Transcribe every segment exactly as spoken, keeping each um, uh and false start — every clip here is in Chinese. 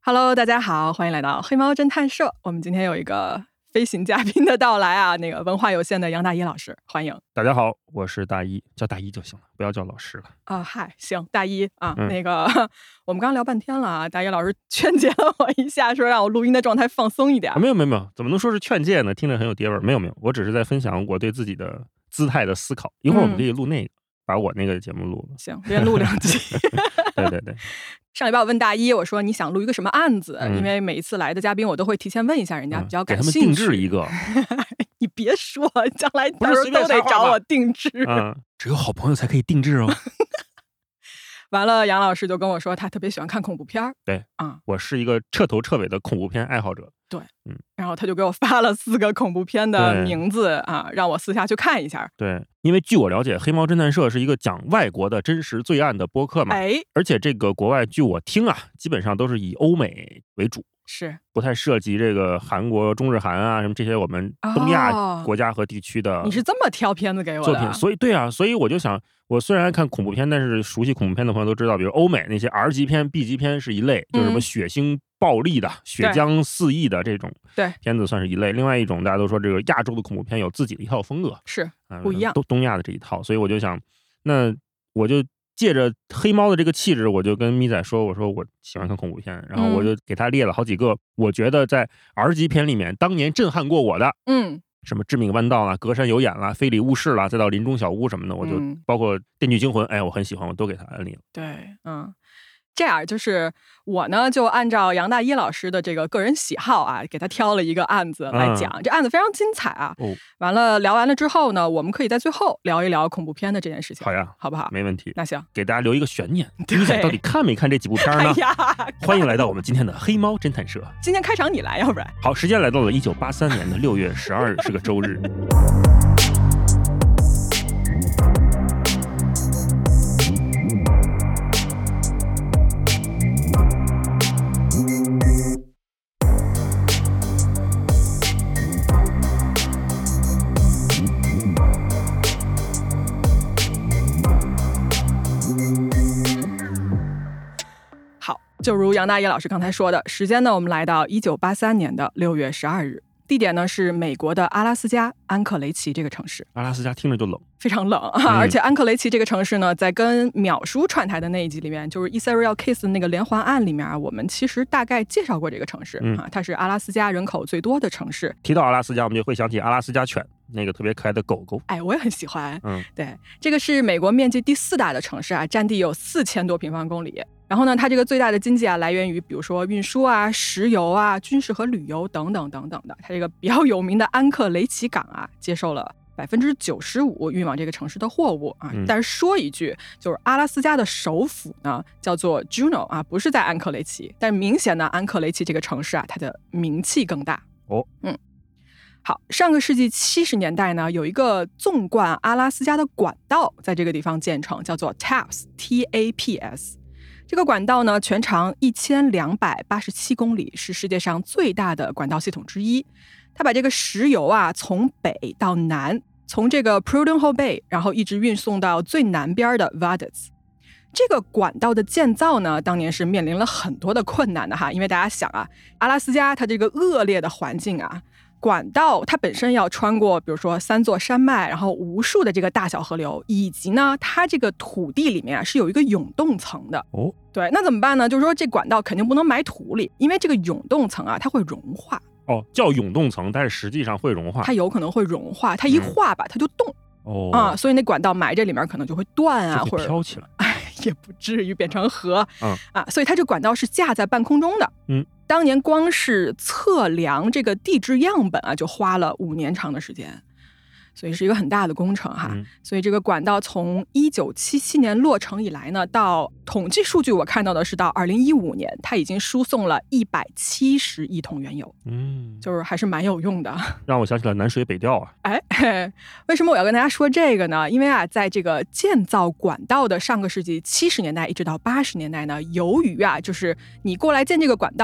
Hello， 大家好，欢迎来到黑猫侦探社。我们今天有一个飞行嘉宾的到来啊，那个文化有限的杨大一老师，欢迎。 大家好，我是大一，叫大一就行了，不要叫老师了。 啊，嗨，行，大一啊、 嗯， 那个我们刚聊半天了啊，大一老师劝解了我一下，说让我录音的状态放松一点。 啊、没有没有没有，怎么能说是劝诫呢？听着很有爹味儿。没有没有，我只是在分享我对自己的姿态的思考。一会儿我们可以录那个，嗯、把我那个节目录了。 行，连录两集。 对对对。 上礼拜我问大一，我说你想录一个什么案子、 嗯、 因为每一次来的嘉宾我都会提前问一下人家，比较感兴趣、 嗯、给他们定制一个。 你别说，将来到时候都得找我定制。 嗯，只有好朋友才可以定制哦。 完了，杨老师就跟我说他特别喜欢看恐怖片。 对啊、嗯，我是一个彻头彻尾的恐怖片爱好者。 对， 嗯， 然后他就给我发了四个恐怖片的名字啊，让我私下去看一下。 对，因为据我了解，黑猫侦探社是一个讲外国的真实罪案的播客嘛， 哎， 而且这个国外据我听啊，基本上都是以欧美为主。 是不太涉及这个韩国、中日韩啊什么这些我们东亚国家和地区的、哦。 你是这么挑片子给我的作品，所以对啊，所以我就想，我虽然爱看恐怖片，但是熟悉恐怖片的朋友都知道，比如欧美那些 R 级片、B 级片是一类，就是什么血腥暴力的、嗯、血浆四溢的这种片子算是一类。另外一种大家都说这个亚洲的恐怖片有自己的一套风格， 是不一样， 东东亚的这一套，所以我就想，那我就。借着黑猫的这个气质，我就跟咪仔说，我说我喜欢看恐怖片，然后我就给他列了好几个，我觉得在 R 级片里面当年震撼过我的， 嗯， 什么致命弯道啦、隔山有眼啦、非礼勿视啦，再到林中小屋什么的，我就包括电锯惊魂，哎，我很喜欢，我都给他安利了。 对，嗯。这样就是我呢，就按照杨大一老师的这个个人喜好啊，给他挑了一个案子来讲。嗯、这案子非常精彩啊！ 哦， 完了聊完了之后呢，我们可以在最后聊一聊恐怖片的这件事情。 好呀， 好不好？ 没问题。 那行， 给大家留一个悬念，你到底看没看这几部片呢？ 哎呀， 欢迎来到我们今天的黑猫侦探社。 今天开场你来，要不然好，时间来到了一九八三年的六月十二日，是个周日。 就如杨大一老师刚才说的，时间呢，我们来到一九八三年的六月十二日，地点呢是美国的阿拉斯加安克雷奇这个城市。 阿拉斯加听着就冷，非常冷啊！嗯、而且安克雷奇这个城市呢，在跟淼叔串台的那一集里面，就是 Ethereal Case 那个连环案里面啊，我们其实大概介绍过这个城市、嗯、啊，它是阿拉斯加人口最多的城市。 提到阿拉斯加，我们就会想起阿拉斯加犬。那个特别可爱的狗狗， 哎，我也很喜欢。 嗯， 对，这个是美国面积第四大的城市啊，占地有四千多平方公里。然后呢，它这个最大的经济啊，来源于比如说运输啊、石油啊、军事和旅游等等等等的。它这个比较有名的安克雷奇港啊，接受了百分之九十五运往这个城市的货物啊。嗯、但是说一句，就是阿拉斯加的首府呢叫做 Juneau 啊，不是在安克雷奇，但明显呢，安克雷奇这个城市啊，它的名气更大。 哦， 嗯。好，上个世纪七十年代呢，有一个纵贯阿拉斯加的管道在这个地方建成，叫做 T A P S T A P S。这个管道呢，全长一千两百八十七公里，是世界上最大的管道系统之一。它把这个石油啊，从北到南，从这个 Prudhoe Bay， 然后一直运送到最南边的 Vaduz。这个管道的建造呢，当年是面临了很多的困难的哈，因为大家想啊，阿拉斯加它这个恶劣的环境啊。管道它本身要穿过比如说三座山脉，然后无数的这个大小河流，以及呢它这个土地里面啊是有一个永冻层的。 哦， 对，那怎么办呢？就是说这管道肯定不能埋土里，因为这个永冻层啊它会融化。 哦，叫永冻层，但是实际上会融化。 它有可能会融化，它一化吧、嗯、它就冻。 哦啊，所以那管道埋这里面可能就会断啊， 或者飘起来。 哎，也不至于变成河。 嗯啊，所以它这管道是架在半空中的。 嗯。 当年光是测量这个地质样本啊，就花了五年长的时间，所以是一个很大的工程哈。 嗯、 所以这个管道从一九七七年落成以来呢，到统计数据我看到的是到二零一五年，它已经输送了一百七十亿桶原油。 嗯， 就是还是蛮有用的。 让我想起了南水北调啊。 哎，为什么我要跟大家说这个呢？因为啊，在这个建造管道的上个世纪七十年代一直到八十年代呢，由于啊，就是你过来建这个管道。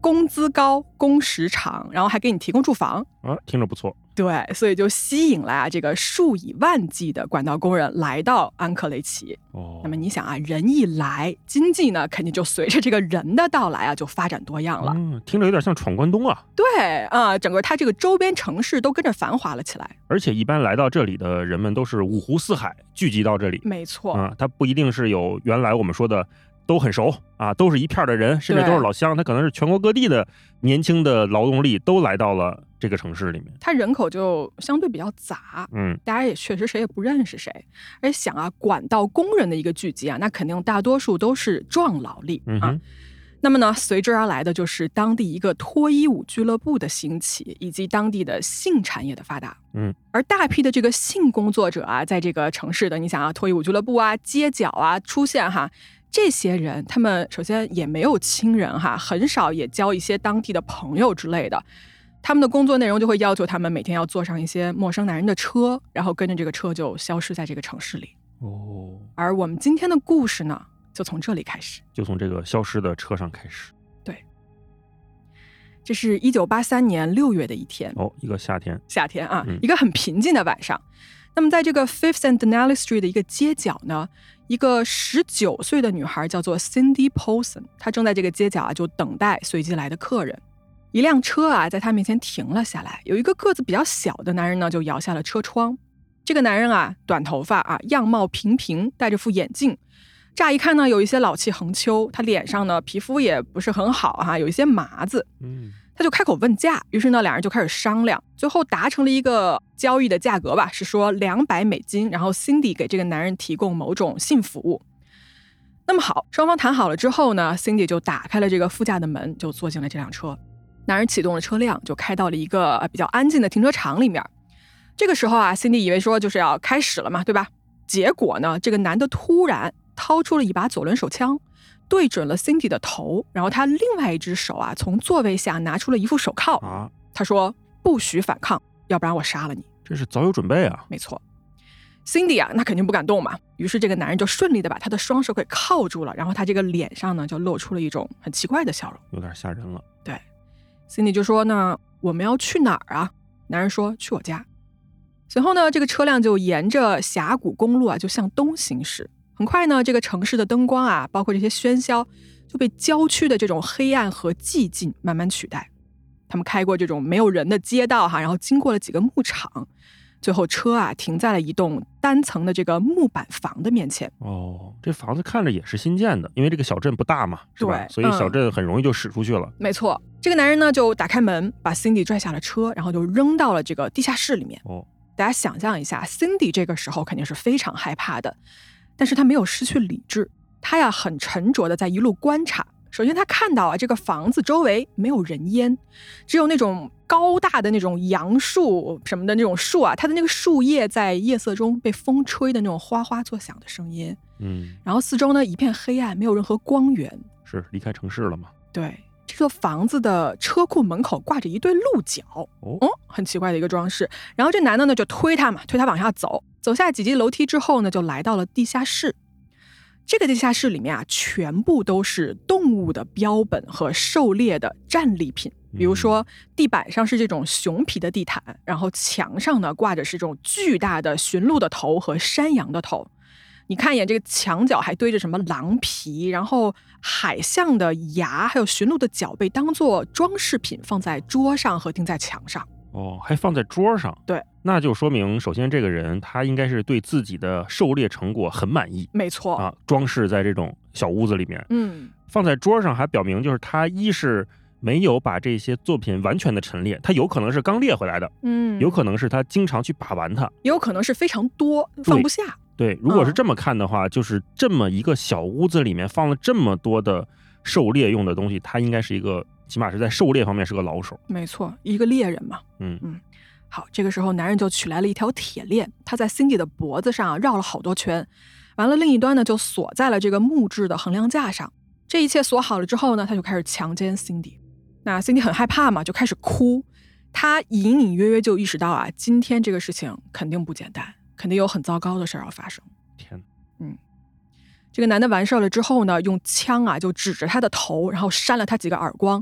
工资高、工时长，然后还给你提供住房啊，听着不错。 对，所以就吸引了啊这个数以万计的管道工人来到安克雷奇。 哦， 那么你想啊，人一来，经济呢肯定就随着这个人的到来啊就发展多样了。 嗯，听着有点像闯关东啊。 对啊、呃，整个它这个周边城市都跟着繁华了起来。 而且一般来到这里的人们都是五湖四海聚集到这里。 没错啊，他不一定是有原来我们说的都很熟啊，都是一片的人，甚至都是老乡，他可能是全国各地的年轻的劳动力都来到了这个城市里面。 他人口就相对比较杂， 嗯， 大家也确实谁也不认识谁。而且想啊，管道工人的一个聚集啊，那肯定大多数都是壮劳力啊。 嗯那么呢，随之而来的就是当地一个脱衣舞俱乐部的兴起，以及当地的性产业的发达。 嗯， 而大批的这个性工作者啊，在这个城市的，你想啊，脱衣舞俱乐部啊、街角啊出现哈，这些人他们首先也没有亲人哈，很少也交一些当地的朋友之类的。他们的工作内容就会要求他们每天要坐上一些陌生男人的车，然后跟着这个车就消失在这个城市里。 哦， 而我们今天的故事呢，就从这里开始， 就从这个消失的车上开始。 对，这是一九八三年六月的一天。 哦，一个夏天， 夏天啊、 嗯， 一个很平静的晚上。那么在这个 Fifth and Denali Street 的一个街角呢，一个十九岁的女孩叫做 Cindy Paulson， 她正在这个街角啊就等待随机来的客人。一辆车啊在她面前停了下来，有一个个子比较小的男人呢就摇下了车窗。这个男人啊短头发啊，样貌平平，戴着副眼镜，乍一看呢有一些老气横秋，他脸上呢皮肤也不是很好哈、啊，有一些麻子。 嗯， 他就开口问价，于是呢两人就开始商量，最后达成了一个交易的价格吧，是说两百美金，然后 Cindy 给这个男人提供某种性服务。那么好，双方谈好了之后呢， Cindy 就打开了这个副驾的门，就坐进了这辆车。男人启动了车辆，就开到了一个比较安静的停车场里面。这个时候啊 Cindy 以为说就是要开始了嘛，对吧？结果呢，这个男的突然掏出了一把左轮手枪，对准了 Cindy 的头，然后他另外一只手啊从座位下拿出了一副手铐啊， 他说不许反抗，要不然我杀了你。 这是早有准备啊。 没错， Cindy 啊那肯定不敢动嘛，于是这个男人就顺利的把他的双手给铐住了，然后他这个脸上呢就露出了一种很奇怪的笑容， 有点吓人了。 对， Cindy 就说那我们要去哪儿啊？男人说去我家。随后呢，这个车辆就沿着峡谷公路啊就向东行驶。很快呢，这个城市的灯光啊，包括这些喧嚣，就被郊区的这种黑暗和寂静慢慢取代。他们开过这种没有人的街道哈，然后经过了几个牧场，最后车啊停在了一栋单层的这个木板房的面前。 哦，这房子看着也是新建的，因为这个小镇不大嘛，是吧？ 对， 所以小镇很容易就驶出去了。 嗯、没错，这个男人呢就打开门，把 Cindy 拽下了车，然后就扔到了这个地下室里面。 哦， 大家想象一下 Cindy 这个时候肯定是非常害怕的，但是他没有失去理智，他呀很沉着的在一路观察。首先他看到啊，这个房子周围没有人烟，只有那种高大的那种杨树什么的那种树啊，它的那个树叶在夜色中被风吹的那种哗哗作响的声音。 嗯， 然后四周呢一片黑暗，没有任何光源。 是离开城市了嘛？ 对，这个房子的车库门口挂着一对鹿角， 哦、 嗯，很奇怪的一个装饰。然后这男的呢就推他嘛，推他往下走，走下几级楼梯之后呢，就来到了地下室。这个地下室里面啊，全部都是动物的标本和狩猎的战利品。比如说，地板上是这种熊皮的地毯，然后墙上呢挂着是这种巨大的驯鹿的头和山羊的头。你看一眼这个墙角还堆着什么狼皮，然后海象的牙，还有驯鹿的脚被当做装饰品放在桌上和钉在墙上。 哦，还放在桌上。 对， 那就说明首先这个人他应该是对自己的狩猎成果很满意。 没错啊，装饰在这种小屋子里面， 嗯， 放在桌上还表明就是他一是没有把这些作品完全的陈列，他有可能是刚猎回来的， 嗯， 有可能是他经常去把玩它， 也有可能是非常多放不下。 对，如果是这么看的话、嗯、就是这么一个小屋子里面放了这么多的狩猎用的东西，他应该是一个起码是在狩猎方面是个老手。 没错，一个猎人嘛。 嗯嗯，好，这个时候男人就取来了一条铁链，他在 Cindy 的脖子上绕了好多圈，完了另一端呢就锁在了这个木质的横梁架上。这一切锁好了之后呢，他就开始强奸 Cindy。那 Cindy 很害怕嘛，就开始哭。他隐隐约约就意识到啊，今天这个事情肯定不简单，肯定有很糟糕的事要发生。 天， 嗯，这个男的完事了之后呢，用枪啊就指着他的头，然后扇了他几个耳光。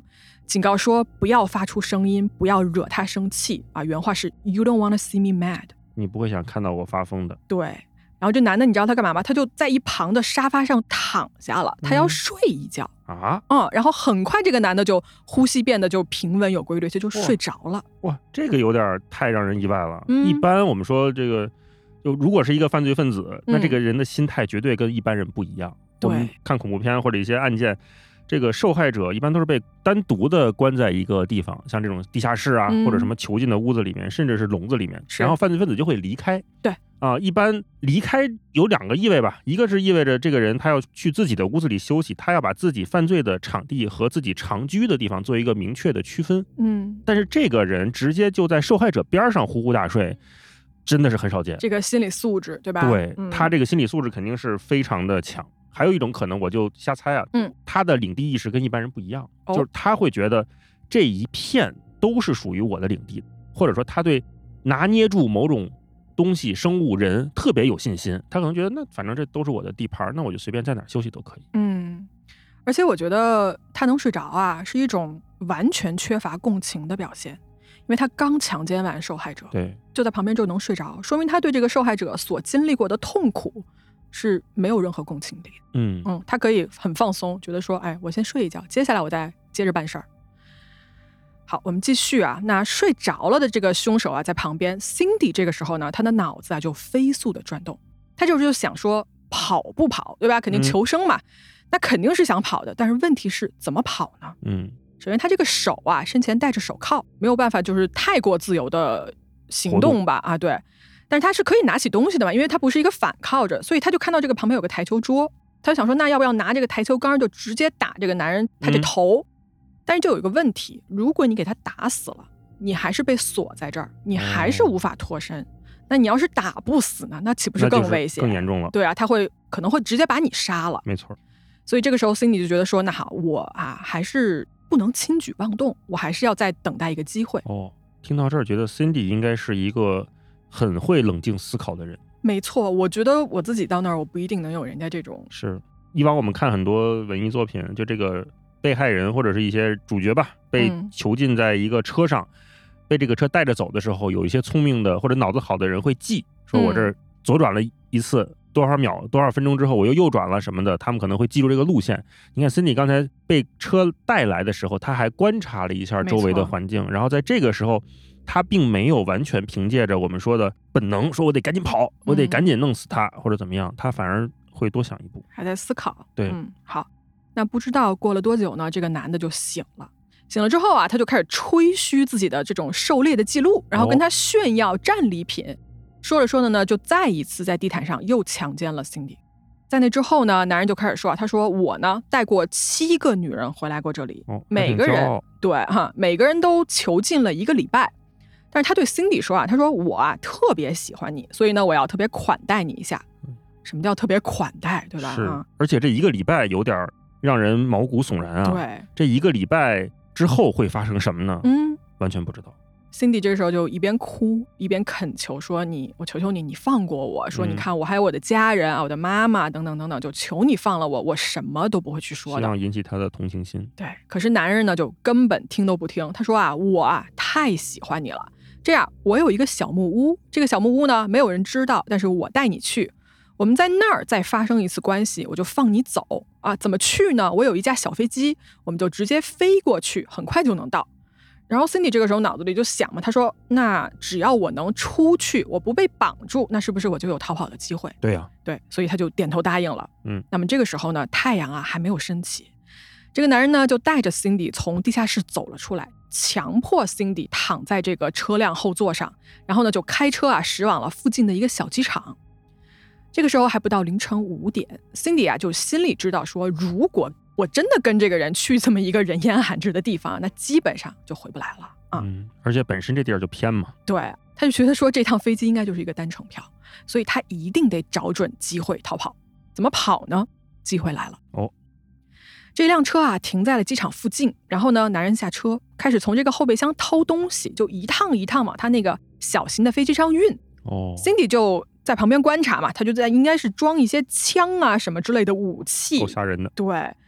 警告说不要发出声音，不要惹他生气啊。原话是 You don't want to see me mad， 你不会想看到我发疯的。 对，然后这男的你知道他干嘛吗？他就在一旁的沙发上躺下了，他要睡一觉、 嗯、啊。 嗯，然后很快这个男的就呼吸变得就平稳有规律，他就睡着了。 哇，这个有点太让人意外了。 嗯、 一般我们说这个，就如果是一个犯罪分子、嗯，那这个人的心态绝对跟一般人不一样。我们看恐怖片或者一些案件。这个受害者一般都是被单独的关在一个地方，像这种地下室啊、嗯、或者什么囚禁的屋子里面，甚至是笼子里面，然后犯罪分子就会离开。 对啊，一般离开有两个意味吧，一个是意味着这个人他要去自己的屋子里休息，他要把自己犯罪的场地和自己常居的地方做一个明确的区分。 嗯， 但是这个人直接就在受害者边上呼呼大睡，真的是很少见。 这个心理素质，对吧？ 对、 嗯、 他这个心理素质肯定是非常的强。还有一种可能，我就瞎猜啊， 嗯， 他的领地意识跟一般人不一样、 哦、 就是他会觉得这一片都是属于我的领地，或者说他对拿捏住某种东西、生物、人特别有信心，他可能觉得那反正这都是我的地盘，那我就随便在哪儿休息都可以。 嗯，而且我觉得他能睡着啊，是一种完全缺乏共情的表现，因为他刚强奸完受害者， 对， 就在旁边就能睡着，说明他对这个受害者所经历过的痛苦是没有任何共情的。 嗯嗯，他可以很放松，觉得说，哎，我先睡一觉，接下来我再接着办事儿。好，我们继续啊。那睡着了的这个凶手啊，在旁边 ，Cindy 这个时候呢，他的脑子啊就飞速的转动，他就是就想说跑不跑，对吧？肯定求生嘛，嗯、那肯定是想跑的，但是问题是怎么跑呢？ 嗯， 首先他这个手啊，身前戴着手铐，没有办法就是太过自由的行动吧？啊，对。但是他是可以拿起东西的嘛，因为他不是一个反靠着，所以他就看到这个旁边有个台球桌，他就想说那要不要拿这个台球杆就直接打这个男人他的头、嗯、但是就有一个问题，如果你给他打死了，你还是被锁在这儿，你还是无法脱身、哦、那你要是打不死呢，那岂不是更危险， 更严重了？ 对啊，他会可能会直接把你杀了。 没错。 所以这个时候 Cindy 就觉得说那好，我啊还是不能轻举妄动，我还是要再等待一个机会。 哦，听到这儿觉得 Cindy 应该是一个很会冷静思考的人。 没错，我觉得我自己到那儿我不一定能有人家这种。 是，以往我们看很多文艺作品，就这个被害人或者是一些主角吧，被囚禁在一个车上、嗯、被这个车带着走的时候，有一些聪明的或者脑子好的人会记，说我这儿左转了一次、嗯、多少秒多少分钟之后我又右转了什么的，他们可能会记住这个路线。你看 Cindy 刚才被车带来的时候，他还观察了一下周围的环境，然后在这个时候他并没有完全凭借着我们说的本能，说我得赶紧跑，我得赶紧弄死他、嗯、或者怎么样，他反而会多想一步， 还在思考。 对， 嗯，好。那不知道过了多久呢，这个男的就醒了。醒了之后啊，他就开始吹嘘自己的这种狩猎的记录，然后跟他炫耀战利品、哦、说着说着呢，就再一次在地毯上又强奸了 Cindy。 在那之后呢，男人就开始说啊，他说我呢带过七个女人回来过这里、哦、每个人对哈，每个人都囚禁了一个礼拜。但是他对 Cindy 说啊，他说我啊特别喜欢你，所以呢我要特别款待你一下。什么叫特别款待，对吧？ 是，而且这一个礼拜有点让人毛骨悚然啊。 对， 这一个礼拜之后会发生什么呢？ 嗯， 完全不知道。 Cindy 这个时候就一边哭一边恳求说，你我求求你，你放过我，说你看我还有我的家人啊、嗯，我的妈妈等等等等，就求你放了我，我什么都不会去说的， 希望引起他的同情心。 对，可是男人呢就根本听都不听，他说啊，我啊太喜欢你了，这样我有一个小木屋，这个小木屋呢没有人知道，但是我带你去，我们在那儿再发生一次关系，我就放你走啊。怎么去呢？我有一架小飞机，我们就直接飞过去，很快就能到。然后 Cindy 这个时候脑子里就想嘛，他说那只要我能出去，我不被绑住，那是不是我就有逃跑的机会？ 对呀、啊， 对，所以他就点头答应了。 嗯， 那么这个时候呢，太阳啊还没有升起，这个男人呢就带着 Cindy 从地下室走了出来，强迫 Cindy 躺在这个车辆后座上，然后呢就开车啊驶往了附近的一个小机场。这个时候还不到凌晨五点 ，Cindy 啊就心里知道说，如果我真的跟这个人去这么一个人烟罕至的地方，那基本上就回不来了啊。 嗯，而且本身这地儿就偏嘛。 对，他就觉得说这趟飞机应该就是一个单程票，所以他一定得找准机会逃跑。怎么跑呢？机会来了。 哦， 这辆车啊停在了机场附近，然后呢，男人下车开始从这个后备箱掏东西，就一趟一趟往他那个小型的飞机上运。 哦 ，Cindy 就在旁边观察嘛，他就在应该是装一些枪啊什么之类的武器， 够吓人的。 对，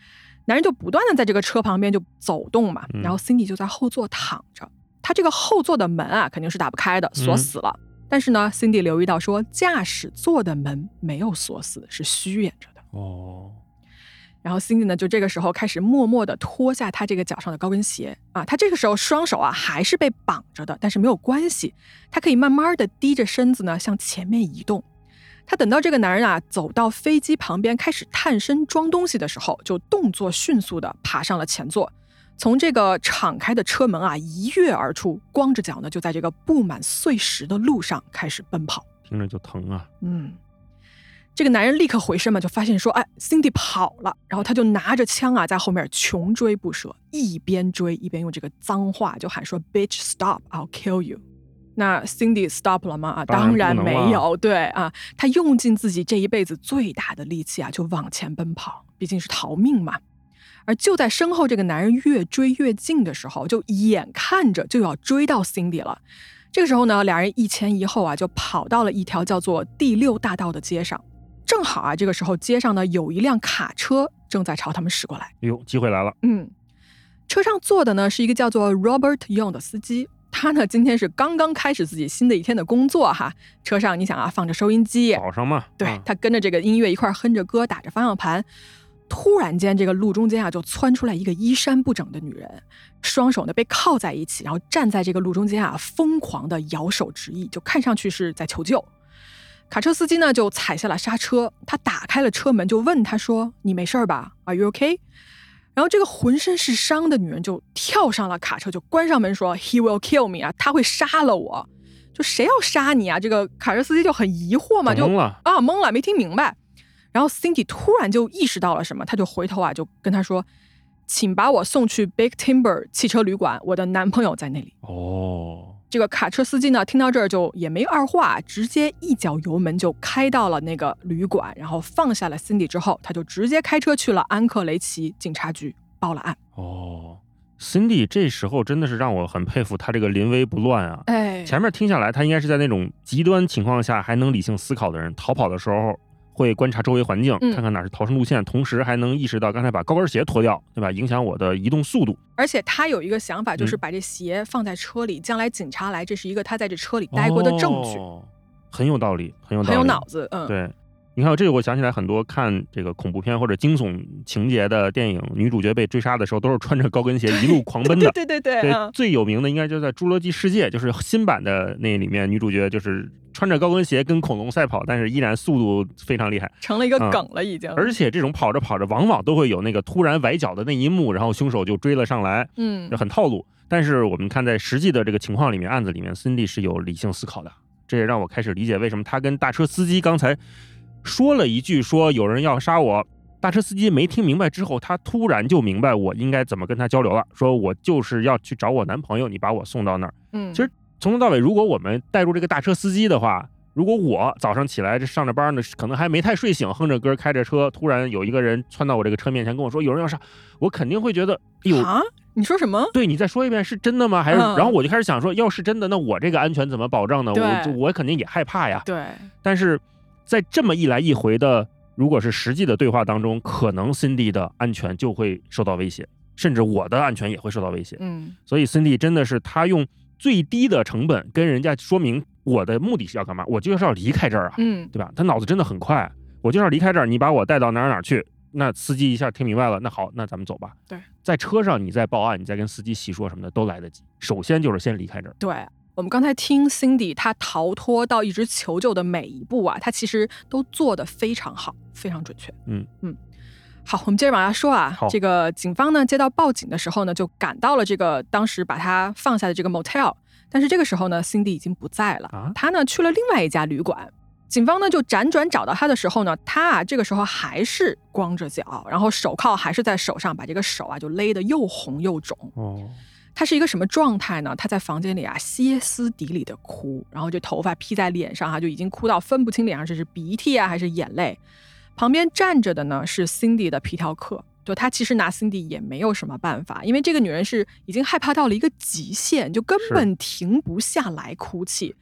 男人就不断的在这个车旁边就走动嘛，然后 Cindy 就在后座躺着。他这个后座的门啊肯定是打不开的，锁死了。嗯、但是呢 Cindy 留意到说驾驶座的门没有锁死，是虚掩着的。 哦。 然后 Cindy 呢就这个时候开始默默地脱下他这个脚上的高跟鞋啊，他这个时候双手啊还是被绑着的，但是没有关系，他可以慢慢地低着身子呢向前面移动。他等到这个男人啊走到飞机旁边开始探身装东西的时候，就动作迅速地爬上了前座，从这个敞开的车门啊一跃而出，光着脚呢就在这个布满碎石的路上开始奔跑。 听着就疼啊。 嗯。这个男人立刻回身嘛，就发现说，哎 ，Cindy 跑了，然后他就拿着枪啊，在后面穷追不舍，一边追一边用这个脏话就喊说 ，Bitch stop, I'll kill you。那 Cindy stop 了吗？啊，当然没有，对啊，他用尽自己这一辈子最大的力气啊，就往前奔跑，毕竟是逃命嘛。而就在身后这个男人越追越近的时候，就眼看着就要追到 Cindy 了。这个时候呢，俩人一前一后啊，就跑到了一条叫做第六大道的街上。正好啊，这个时候街上呢有一辆卡车正在朝他们驶过来。 哎呦，机会来了。 嗯，车上坐的呢是一个叫做 Robert Young 的司机，他呢今天是刚刚开始自己新的一天的工作哈。车上你想啊，放着收音机， 早上嘛， 对、 嗯、 他跟着这个音乐一块哼着歌，打着方向盘。突然间，这个路中间啊就窜出来一个衣衫不整的女人，双手呢被铐在一起，然后站在这个路中间啊，疯狂的摇手致意，就看上去是在求救。卡车司机呢就踩下了刹车，他打开了车门，就问他说：“你没事吧 ？Are you okay？” 然后这个浑身是伤的女人就跳上了卡车，就关上门说 ：“He will kill me 啊，他会杀了我。”就谁要杀你啊？这个卡车司机就很疑惑嘛，就懵了啊，懵了，没听明白。然后 Cindy 突然就意识到了什么，他就回头啊，就跟他说：“请把我送去 Big Timber 汽车旅馆，我的男朋友在那里。” 哦。 这个卡车司机呢，听到这儿就也没二话，直接一脚油门就开到了那个旅馆，然后放下了 Cindy 之后，他就直接开车去了安克雷奇警察局报了案。 哦 ，Cindy 这时候真的是让我很佩服他这个临危不乱啊！ 哎， 前面听下来，他应该是在那种极端情况下还能理性思考的人，逃跑的时候会观察周围环境， 嗯、 看看哪是逃生路线，同时还能意识到刚才把高跟鞋脱掉，对吧？影响我的移动速度。 而且他有一个想法，就是把这鞋放在车里，嗯、将来警察来，这是一个他在这车里待过的证据。 哦，很有道理，很有道理， 很有脑子。嗯， 对。你看这个，我想起来很多看这个恐怖片或者惊悚情节的电影，女主角被追杀的时候都是穿着高跟鞋一路狂奔的。 对对对 对, 对、嗯、 最有名的应该就在《侏罗纪世界》，就是新版的那里面，女主角就是穿着高跟鞋跟恐龙赛跑，但是依然速度非常厉害， 成了一个梗了已经。嗯、 而且这种跑着跑着，往往都会有那个突然崴脚的那一幕，然后凶手就追了上来， 嗯， 就很套路。但是我们看在实际的这个情况里面，案子里面 ，Cindy 是有理性思考的，这也让我开始理解为什么他跟大车司机刚才说了一句说有人要杀我，大车司机没听明白之后，他突然就明白我应该怎么跟他交流了，说我就是要去找我男朋友，你把我送到那儿。 嗯， 其实从头到尾，如果我们带入这个大车司机的话，如果我早上起来这上着班呢，可能还没太睡醒，哼着歌开着车，突然有一个人窜到我这个车面前跟我说有人要杀，我肯定会觉得，哎呦啊，你说什么？ 对，你再说一遍，是真的吗？还是、嗯、然后我就开始想说，要是真的，那我这个安全怎么保障呢？我我肯定也害怕呀。 对， 但是在这么一来一回的，如果是实际的对话当中，可能 Cindy 的安全就会受到威胁，甚至我的安全也会受到威胁。 嗯， 所以 Cindy 真的是他用最低的成本跟人家说明我的目的是要干嘛，我就是要离开这儿啊， 嗯， 对吧？他脑子真的很快，我就是要离开这儿，你把我带到哪儿哪儿去。那司机一下听明白了，那好，那咱们走吧。 对， 在车上你再报案，你再跟司机细说什么的都来得及。首先就是先离开这儿。 对。我们刚才听 Cindy 她逃脱到一直求救的每一步啊，她其实都做得非常好，非常准确。 嗯嗯，好，我们接着往下说啊。这个警方呢接到报警的时候呢，就赶到了这个当时把他放下的这个 motel， 但是这个时候呢 Cindy 已经不在了， 啊、 他呢去了另外一家旅馆。警方呢就辗转找到他的时候呢，他啊这个时候还是光着脚，然后手铐还是在手上，把这个手啊就勒得又红又肿。 哦。 他是一个什么状态呢？他在房间里啊歇斯底里的哭，然后这头发披在脸上啊，就已经哭到分不清脸上这是鼻涕啊还是眼泪。旁边站着的呢是 Cindy 的皮条客，就他其实拿 Cindy 也没有什么办法，因为这个女人是已经害怕到了一个极限，就根本停不下来哭泣。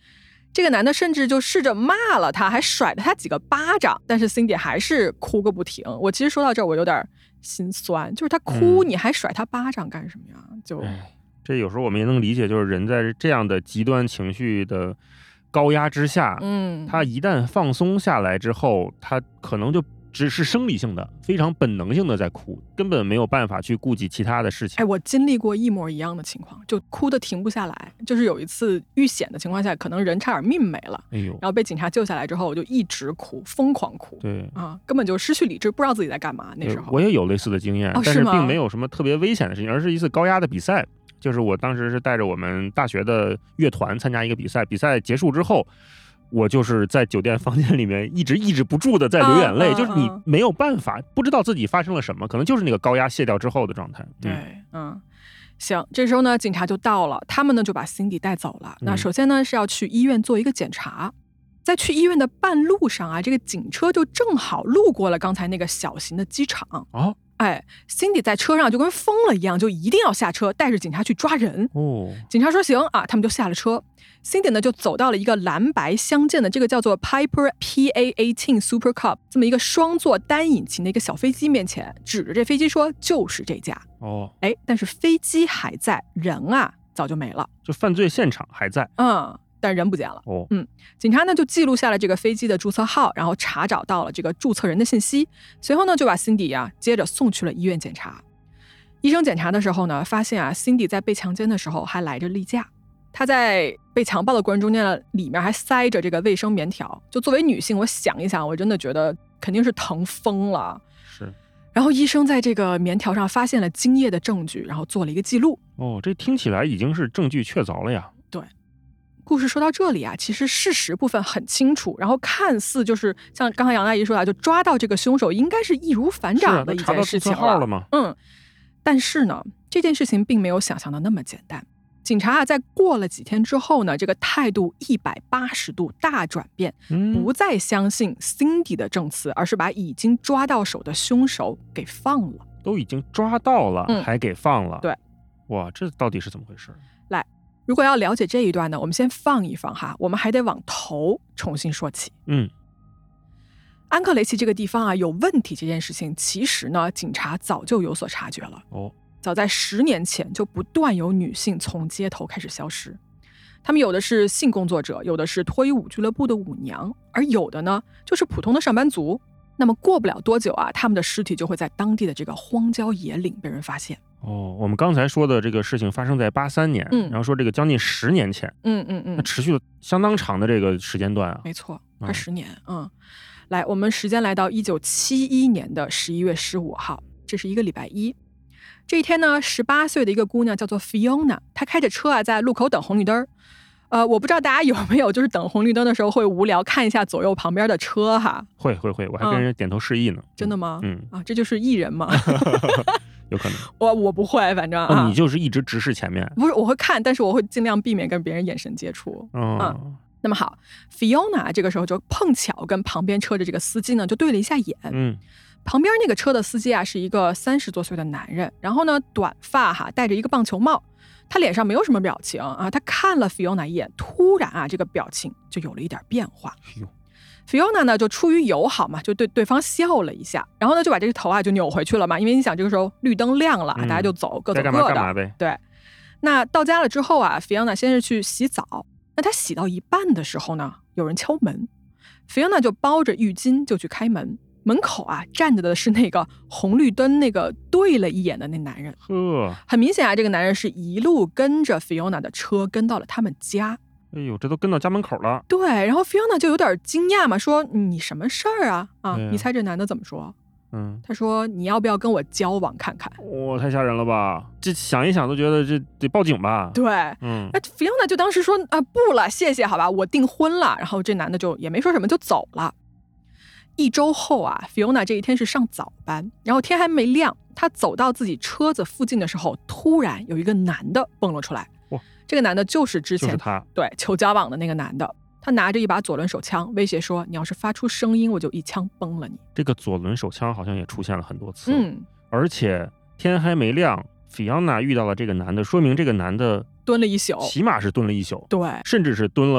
这个男的甚至就试着骂了他，还甩了他几个巴掌，但是 Cindy 还是哭个不停。我其实说到这儿我有点心酸，就是他哭、嗯、你还甩他巴掌干什么呀？就这有时候我们也能理解，就是人在这样的极端情绪的高压之下，嗯，他一旦放松下来之后，他可能就只是生理性的非常本能性的在哭，根本没有办法去顾及其他的事情。 哎，我经历过一模一样的情况，就哭得停不下来。就是有一次遇险的情况下，可能人差点命没了，哎呦，然后被警察救下来之后，我就一直哭，疯狂哭。 对啊，根本就失去理智，不知道自己在干嘛。那时候我也有类似的经验、 哦、 但是并没有什么特别危险的事情，而是一次高压的比赛。就是我当时是带着我们大学的乐团参加一个比赛，比赛结束之后，我就是在酒店房间里面一直抑制不住的在流眼泪、嗯嗯嗯、就是你没有办法，不知道自己发生了什么，可能就是那个高压卸掉之后的状态。 对，嗯，行，这时候呢，警察就到了，他们呢就把 Cindy 带走了。那首先呢是要去医院做一个检查，在去医院的半路上啊，这个警车就正好路过了刚才那个小型的机场。哦。哎 ，Cindy 在车上就跟疯了一样，就一定要下车，带着警察去抓人。哦，警察说行啊，他们就下了车。Cindy 呢就走到了一个蓝白相间的这个叫做 Piper P A 十八 Super Cub 这么一个双座单引擎的一个小飞机面前，指着这飞机说就是这架。哦，哎，但是飞机还在，人啊早就没了， 就犯罪现场还在。 嗯。但人不见了。哦，嗯，警察呢就记录下了这个飞机的注册号，然后查找到了这个注册人的信息，随后呢就把 Cindy 啊接着送去了医院检查。医生检查的时候呢，发现啊 Cindy 在被强奸的时候还来着例假，她在被强暴的过程中间呢，里面还塞着这个卫生棉条。就作为女性，我想一想，我真的觉得肯定是疼疯了。 是。 然后医生在这个棉条上发现了精液的证据，然后做了一个记录。 哦，这听起来已经是证据确凿了呀。 对。故事说到这里啊，其实事实部分很清楚，然后看似就是像刚才杨大姨说的，就抓到这个凶手应该是易如反掌的一件事情了。 查到注册号了吗？ 嗯，但是呢，这件事情并没有想象的那么简单。警察啊，在过了几天之后呢，这个态度一百八十度大转变，嗯、不再相信 Cindy 的证词，而是把已经抓到手的凶手给放了。 都已经抓到了， 嗯、 还给放了？ 对， 哇，这到底是怎么回事？ 来。如果要了解这一段呢，我们先放一放哈，我们还得往头重新说起。嗯，安克雷奇这个地方啊有问题这件事情，其实呢警察早就有所察觉了。哦，早在十年前就不断有女性从街头开始消失，他们有的是性工作者，有的是脱衣舞俱乐部的舞娘，而有的呢就是普通的上班族。那么过不了多久啊，他们的尸体就会在当地的这个荒郊野岭被人发现。 哦，我们刚才说的这个事情发生在八三年，嗯，然后说这个将近十年前， 嗯嗯嗯， 那持续了相当长的这个时间段啊。 没错，快十年，嗯。嗯，来，我们时间来到一九七一年的十一月十五号，这是一个礼拜一。这一天呢，十八岁的一个姑娘叫做 Fiona， 她开着车啊，在路口等红绿灯。呃，我不知道大家有没有就是等红绿灯的时候会无聊看一下左右旁边的车哈？ 会会会，我还跟人点头示意呢。 嗯、真的吗？嗯啊，这就是艺人嘛。 有可能。 我我不会，反正、 啊哦、你就是一直直视前面。 不是，我会看，但是我会尽量避免跟别人眼神接触。嗯。嗯，那么好 ，Fiona 这个时候就碰巧跟旁边车的这个司机呢就对了一下眼。嗯。旁边那个车的司机啊是一个三十多岁的男人，然后呢短发哈，戴着一个棒球帽。他脸上没有什么表情啊，他看了 Fiona 一眼，突然啊，这个表情就有了一点变化。Fiona 呢，就出于友好嘛，就对对方笑了一下，然后呢，就把这个头啊就扭回去了嘛，因为你想这个时候绿灯亮了，嗯、大家就走，各走各的。 干嘛呗。 对。那到家了之后啊 ，Fiona 先是去洗澡，那他洗到一半的时候呢，有人敲门 ，Fiona 就包着浴巾就去开门。门口啊站着的是那个红绿灯那个对了一眼的那男人，呵，很明显啊，这个男人是一路跟着 Fiona 的车跟到了他们家。 哎呦，这都跟到家门口了。 对，然后 Fiona 就有点惊讶嘛，说你什么事儿啊？啊，你猜这男的怎么说？嗯，他说你要不要跟我交往看看？ 哇、哦，太吓人了吧！这想一想都觉得这得报警吧？ 对，嗯，那 Fiona 就当时说啊不了，谢谢，好吧，我订婚了。然后这男的就也没说什么就走了。一周后啊 Fiona 这一天是上早班，然后天还没亮，她走到自己车子附近的时候，突然有一个男的蹦了出来。哇，这个男的就是之前、 就是、他对求交往的那个男的，他拿着一把左轮手枪威胁说，你要是发出声音我就一枪崩了你。 这个左轮手枪好像也出现了很多次，嗯，而且天还没亮 Fiona 遇到了这个男的，说明这个男的蹲了一宿， 起码是蹲了一宿， 对， 甚至是蹲了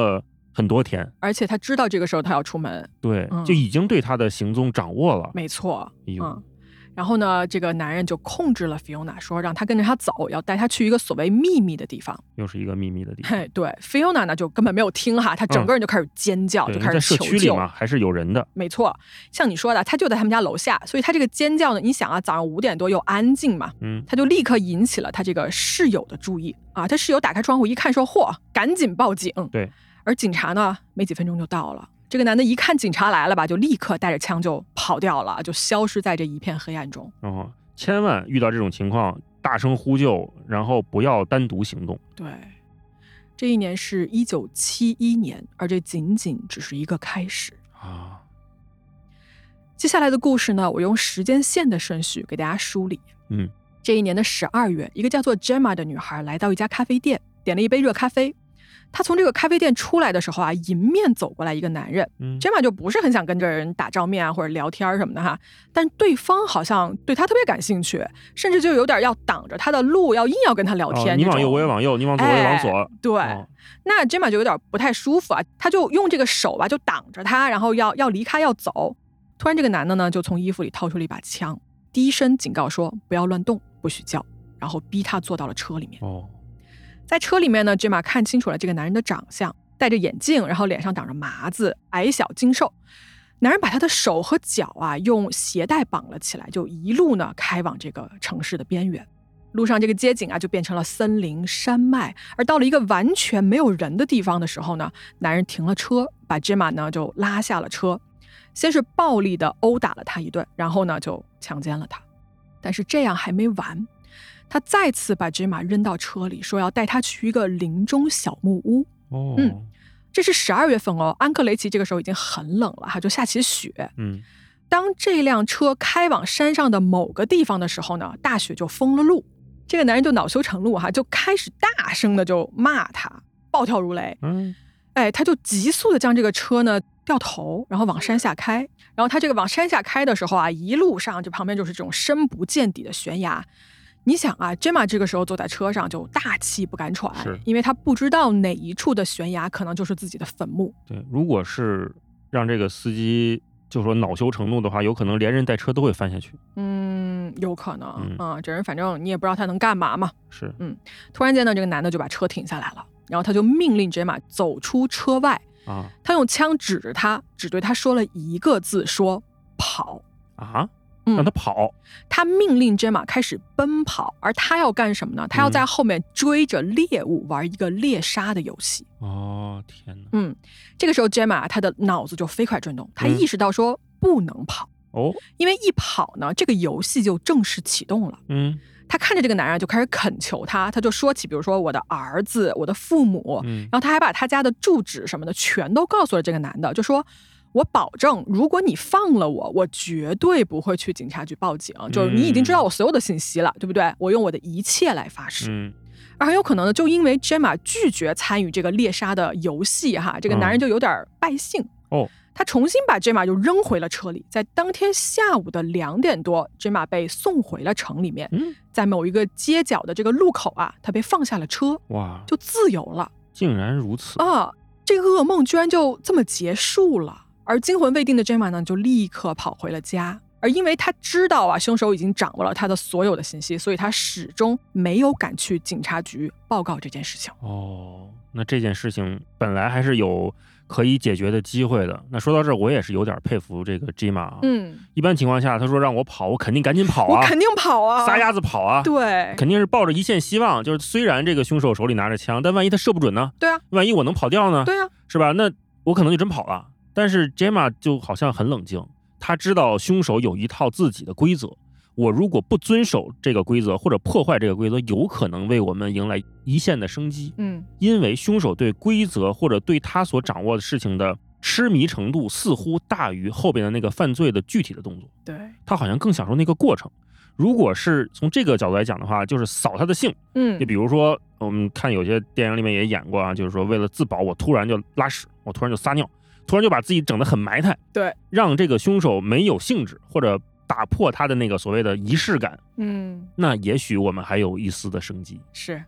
很多天， 而且他知道这个时候他要出门， 对、 嗯、 就已经对他的行踪掌握了。 没错， 哎呦、 嗯。然后呢，这个男人就控制了 Fiona， 说让他跟着他走，要带他去一个所谓秘密的地方。 又是一个秘密的地方。 对 Fiona 呢就根本没有听哈，他整个人就开始尖叫，嗯、就开始求救。 在社区里嘛，还是有人的。 没错，像你说的，他就在他们家楼下，所以他这个尖叫呢，你想啊，早上五点多又安静嘛， 嗯， 他就立刻引起了他这个室友的注意啊。他室友打开窗户一看，说：“嚯，赶紧报警！” 对， 而警察呢，没几分钟就到了。这个男的一看警察来了吧，就立刻带着枪就跑掉了，就消失在这一片黑暗中。 哦，千万遇到这种情况，大声呼救，然后不要单独行动。 对，这一年是一九七一年，而这仅仅只是一个开始啊。 接下来的故事呢，我用时间线的顺序给大家梳理。 嗯， 这一年的十二月，一个叫做 Gemma 的女孩来到一家咖啡店，点了一杯热咖啡。他从这个咖啡店出来的时候啊，迎面走过来一个男人、嗯、Gemma 就不是很想跟这人打照面啊或者聊天什么的哈，但对方好像对他特别感兴趣，甚至就有点要挡着他的路，要硬要跟他聊天、哦、 你往右我也往右，你往左我也往左、哎、 对、 哦、 那 Gemma 就有点不太舒服啊，他就用这个手吧就挡着他，然后要要离开要走。突然这个男的呢就从衣服里掏出了一把枪，低声警告说不要乱动，不许叫，然后逼他坐到了车里面。 哦， 在车里面呢 Gemma 看清楚了这个男人的长相，戴着眼镜，然后脸上长着麻子，矮小精瘦。男人把他的手和脚啊用鞋带绑了起来，就一路呢开往这个城市的边缘。路上这个街景啊就变成了森林山脉，而到了一个完全没有人的地方的时候呢，男人停了车，把 Gemma 呢就拉下了车，先是暴力的殴打了他一顿，然后呢就强奸了他。但是这样还没完，他再次把 Gemma 扔到车里，说要带他去一个林中小木屋。 哦， 嗯，这是十二月份哦，安克雷奇这个时候已经很冷了，就下起雪。 嗯， 当这辆车开往山上的某个地方的时候呢，大雪就封了路。这个男人就恼羞成怒哈，就开始大声的就骂他，暴跳如雷。 嗯， 哎，他就急速的将这个车呢掉头，然后往山下开。然后他这个往山下开的时候啊，一路上这旁边就是这种深不见底的悬崖。你想啊 Gemma 这个时候坐在车上就大气不敢喘，因为他不知道哪一处的悬崖可能就是自己的坟墓。 对，如果是让这个司机就说恼羞成怒的话，有可能连人带车都会翻下去。 嗯，有可能、 嗯、 啊，这人反正你也不知道他能干嘛嘛。 是， 嗯，突然间呢，这个男的就把车停下来了，然后他就命令 Gemma 走出车外。 啊， 他用枪指着他，只对他说了一个字，说跑。 啊，让他跑、嗯、 他命令 Gemma 开始奔跑，而他要干什么呢？他要在后面追着猎物玩一个猎杀的游戏、 嗯、哦天哪。 嗯，这个时候 Gemma 他的脑子就飞快转动，他意识到说不能跑、 嗯、哦， 因为一跑呢这个游戏就正式启动了。 嗯， 他看着这个男人就开始恳求他，他就说起比如说我的儿子，我的父母、嗯、然后他还把他家的住址什么的全都告诉了这个男的，就说我保证如果你放了我，我绝对不会去警察局报警、嗯、就是你已经知道我所有的信息了，对不对？我用我的一切来发誓、 嗯、 而很有可能呢就因为 Gemma 拒绝参与这个猎杀的游戏哈，这个男人就有点败兴、 嗯、哦， 他重新把 Gemma 就扔回了车里。在当天下午的两点多 Gemma 被送回了城里面、嗯、在某一个街角的这个路口啊，他被放下了车， 哇， 就自由了。 竟然如此啊！这个噩梦居然就这么结束了。而惊魂未定的 Gemma 呢，就立刻跑回了家。而因为他知道啊，凶手已经掌握了他的所有的信息，所以他始终没有赶去警察局报告这件事情。 哦，那这件事情本来还是有可以解决的机会的。那说到这儿，我也是有点佩服这个 Gemma。嗯，一般情况下，他说让我跑，我肯定赶紧跑啊， 我肯定跑啊， 撒丫子跑啊。 对， 肯定是抱着一线希望，就是虽然这个凶手手里拿着枪，但万一他射不准呢？ 对啊， 万一我能跑掉呢？ 对啊， 是吧？那我可能就真跑了。但是 Gemma 就好像很冷静，他知道凶手有一套自己的规则，我如果不遵守这个规则或者破坏这个规则，有可能为我们迎来一线的生机。嗯，因为凶手对规则或者对他所掌握的事情的痴迷程度似乎大于后边的那个犯罪的具体的动作。 对， 他好像更享受那个过程。如果是从这个角度来讲的话，就是扫他的兴。嗯，就比如说我们看有些电影里面也演过啊，就是说为了自保，我突然就拉屎，我突然就撒尿，突然就把自己整得很埋汰， 对， 让这个凶手没有兴致，或者打破他的那个所谓的仪式感。嗯，那也许我们还有一丝的生机。 是，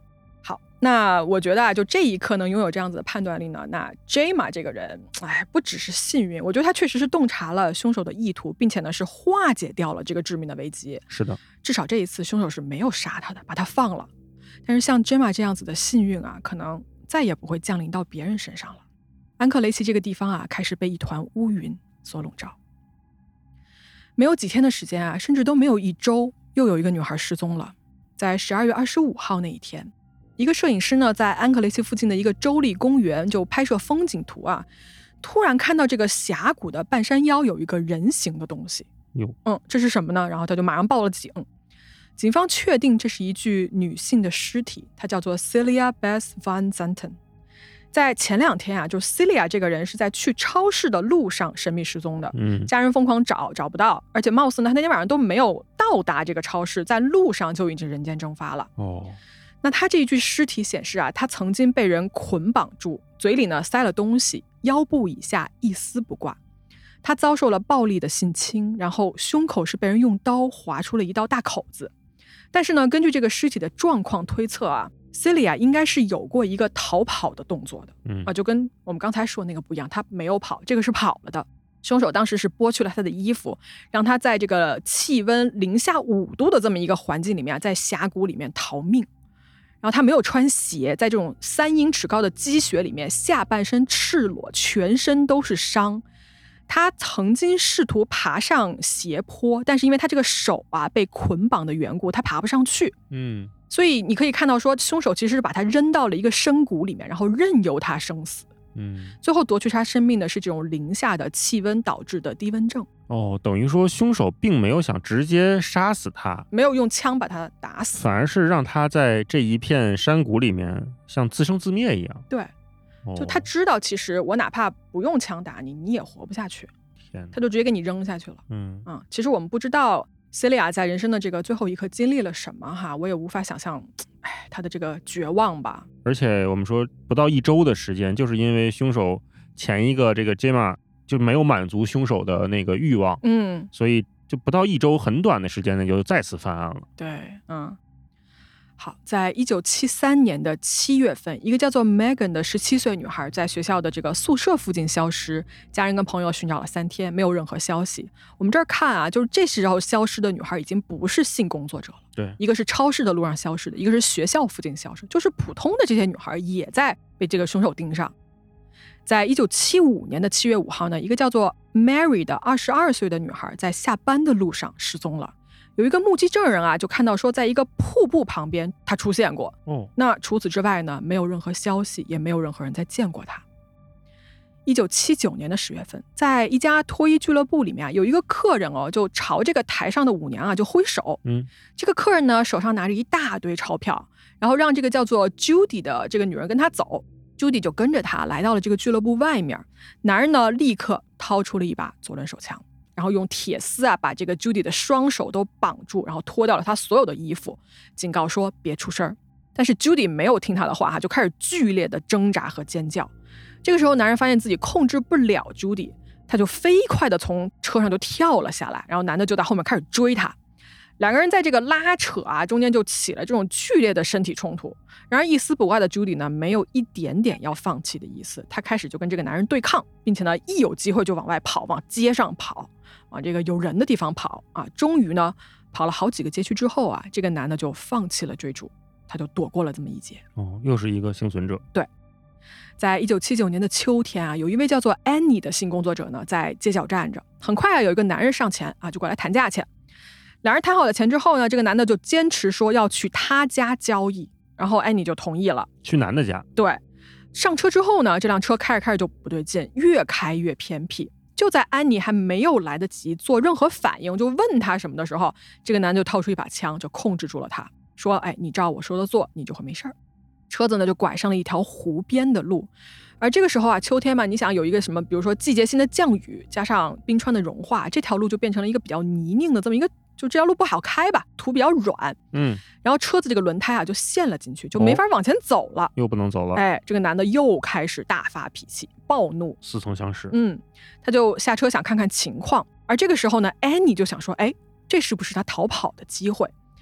好，那我觉得啊，就这一刻能拥有这样子的判断力呢，那 Gemma 这个人，哎，不只是幸运，我觉得他确实是洞察了凶手的意图，并且呢是化解掉了这个致命的危机。 是的， 至少这一次凶手是没有杀他的，把他放了。但是像 Gemma 这样子的幸运啊，可能再也不会降临到别人身上了。安克雷奇这个地方啊，开始被一团乌云所笼罩。没有几天的时间啊，甚至都没有一周，又有一个女孩失踪了。在十二月二十五号那一天，一个摄影师呢，在安克雷奇附近的一个州立公园就拍摄风景图啊，突然看到这个峡谷的半山腰有一个人形的东西。嗯，这是什么呢？然后他就马上报了警。警方确定这是一具女性的尸体，她叫做 Celia Beth Van Zanten。在前两天啊，就 Celia 这个人是在去超市的路上神秘失踪的， 嗯， 家人疯狂找找不到，而且貌似呢，他那天晚上都没有到达这个超市，在路上就已经人间蒸发了。 哦， 那他这一具尸体显示啊，他曾经被人捆绑住，嘴里呢塞了东西，腰部以下一丝不挂。他遭受了暴力的性侵，然后胸口是被人用刀划出了一道大口子。但是呢，根据这个尸体的状况推测啊，Celia 应该是有过一个逃跑的动作的， 嗯啊，就跟我们刚才说那个不一样，他没有跑，这个是跑了的。凶手当时是剥去了他的衣服，让他在这个气温零下五度的这么一个环境里面，在峡谷里面逃命。然后他没有穿鞋，在这种三英尺高的积雪里面，下半身赤裸，全身都是伤。他曾经试图爬上斜坡，但是因为他这个手啊被捆绑的缘故，他爬不上去。 嗯， 所以你可以看到说，凶手其实是把他扔到了一个深谷里面，然后任由他生死。 嗯， 最后夺去他生命的是这种零下的气温导致的低温症。 哦，等于说凶手并没有想直接杀死他， 没有用枪把他打死， 反而是让他在这一片山谷里面像自生自灭一样。 对，就他知道其实我哪怕不用枪打你，你也活不下去， 天， 他就直接给你扔下去了。 嗯嗯，其实我们不知道 Celia 在人生的这个最后一刻经历了什么哈，我也无法想象，哎，他的这个绝望吧。 而且我们说不到一周的时间，就是因为凶手前一个这个 Gemma 就没有满足凶手的那个欲望， 嗯， 所以就不到一周很短的时间内就再次犯案了。 对，嗯。好，在一九七三年的七月份，一个叫做 Megan 的十七岁女孩在学校的这个宿舍附近消失，家人跟朋友寻找了三天，没有任何消息。我们这儿看啊，就是这时候消失的女孩已经不是性工作者了， 对， 一个是超市的路上消失的，一个是学校附近消失，就是普通的这些女孩也在被这个凶手盯上。在一九七五年的七月五号呢，一个叫做 Mary 的二十二岁的女孩在下班的路上失踪了。有一个目击证人啊，就看到说，在一个瀑布旁边，他出现过。 哦， 那除此之外呢，没有任何消息，也没有任何人再见过他。一九七九年的十月份，在一家脱衣俱乐部里面啊，有一个客人哦，就朝这个台上的舞娘啊就挥手。 嗯， 这个客人呢手上拿着一大堆钞票，然后让这个叫做 Judy 的这个女人跟他走。Judy 就跟着他来到了这个俱乐部外面，男人呢立刻掏出了一把左轮手枪。然后用铁丝啊把这个 Judy 的双手都绑住，然后脱掉了她所有的衣服，警告说别出声。但是 Judy 没有听他的话，就开始剧烈的挣扎和尖叫。这个时候男人发现自己控制不了 Judy， 他就飞快的从车上就跳了下来，然后男的就在后面开始追他。两个人在这个拉扯啊中间就起了这种剧烈的身体冲突。然而一丝不挂的 Judy 呢，没有一点点要放弃的意思，他开始就跟这个男人对抗，并且呢一有机会就往外跑，往街上跑，往这个有人的地方跑啊。终于呢跑了好几个街区之后啊，这个男的就放弃了追逐，他就躲过了这么一劫。 哦，又是一个幸存者。 对，在一九七九年的秋天啊，有一位叫做 Annie 的性工作者呢在街角站着。很快啊，有一个男人上前啊就过来谈价钱。两人谈好了钱之后呢，这个男的就坚持说要去他家交易，然后安妮就同意了。 去男的家？ 对。上车之后呢，这辆车开着开着就不对劲，越开越偏僻。就在安妮还没有来得及做任何反应，就问他什么的时候，这个男的就掏出一把枪，就控制住了他，说：“哎，你照我说的做，你就会没事儿。”车子呢就拐上了一条湖边的路。而这个时候啊，秋天嘛，你想有一个什么，比如说季节性的降雨，加上冰川的融化，这条路就变成了一个比较泥泞的这么一个，就这条路不好开吧，土比较软， 嗯， 然后车子这个轮胎啊就陷了进去，就没法往前走了，哦、 又不能走了。 哎，这个男的又开始大发脾气，暴怒， 似曾相识。 嗯，他就下车想看看情况。而这个时候呢，安妮就想说，哎，这是不是他逃跑的机会？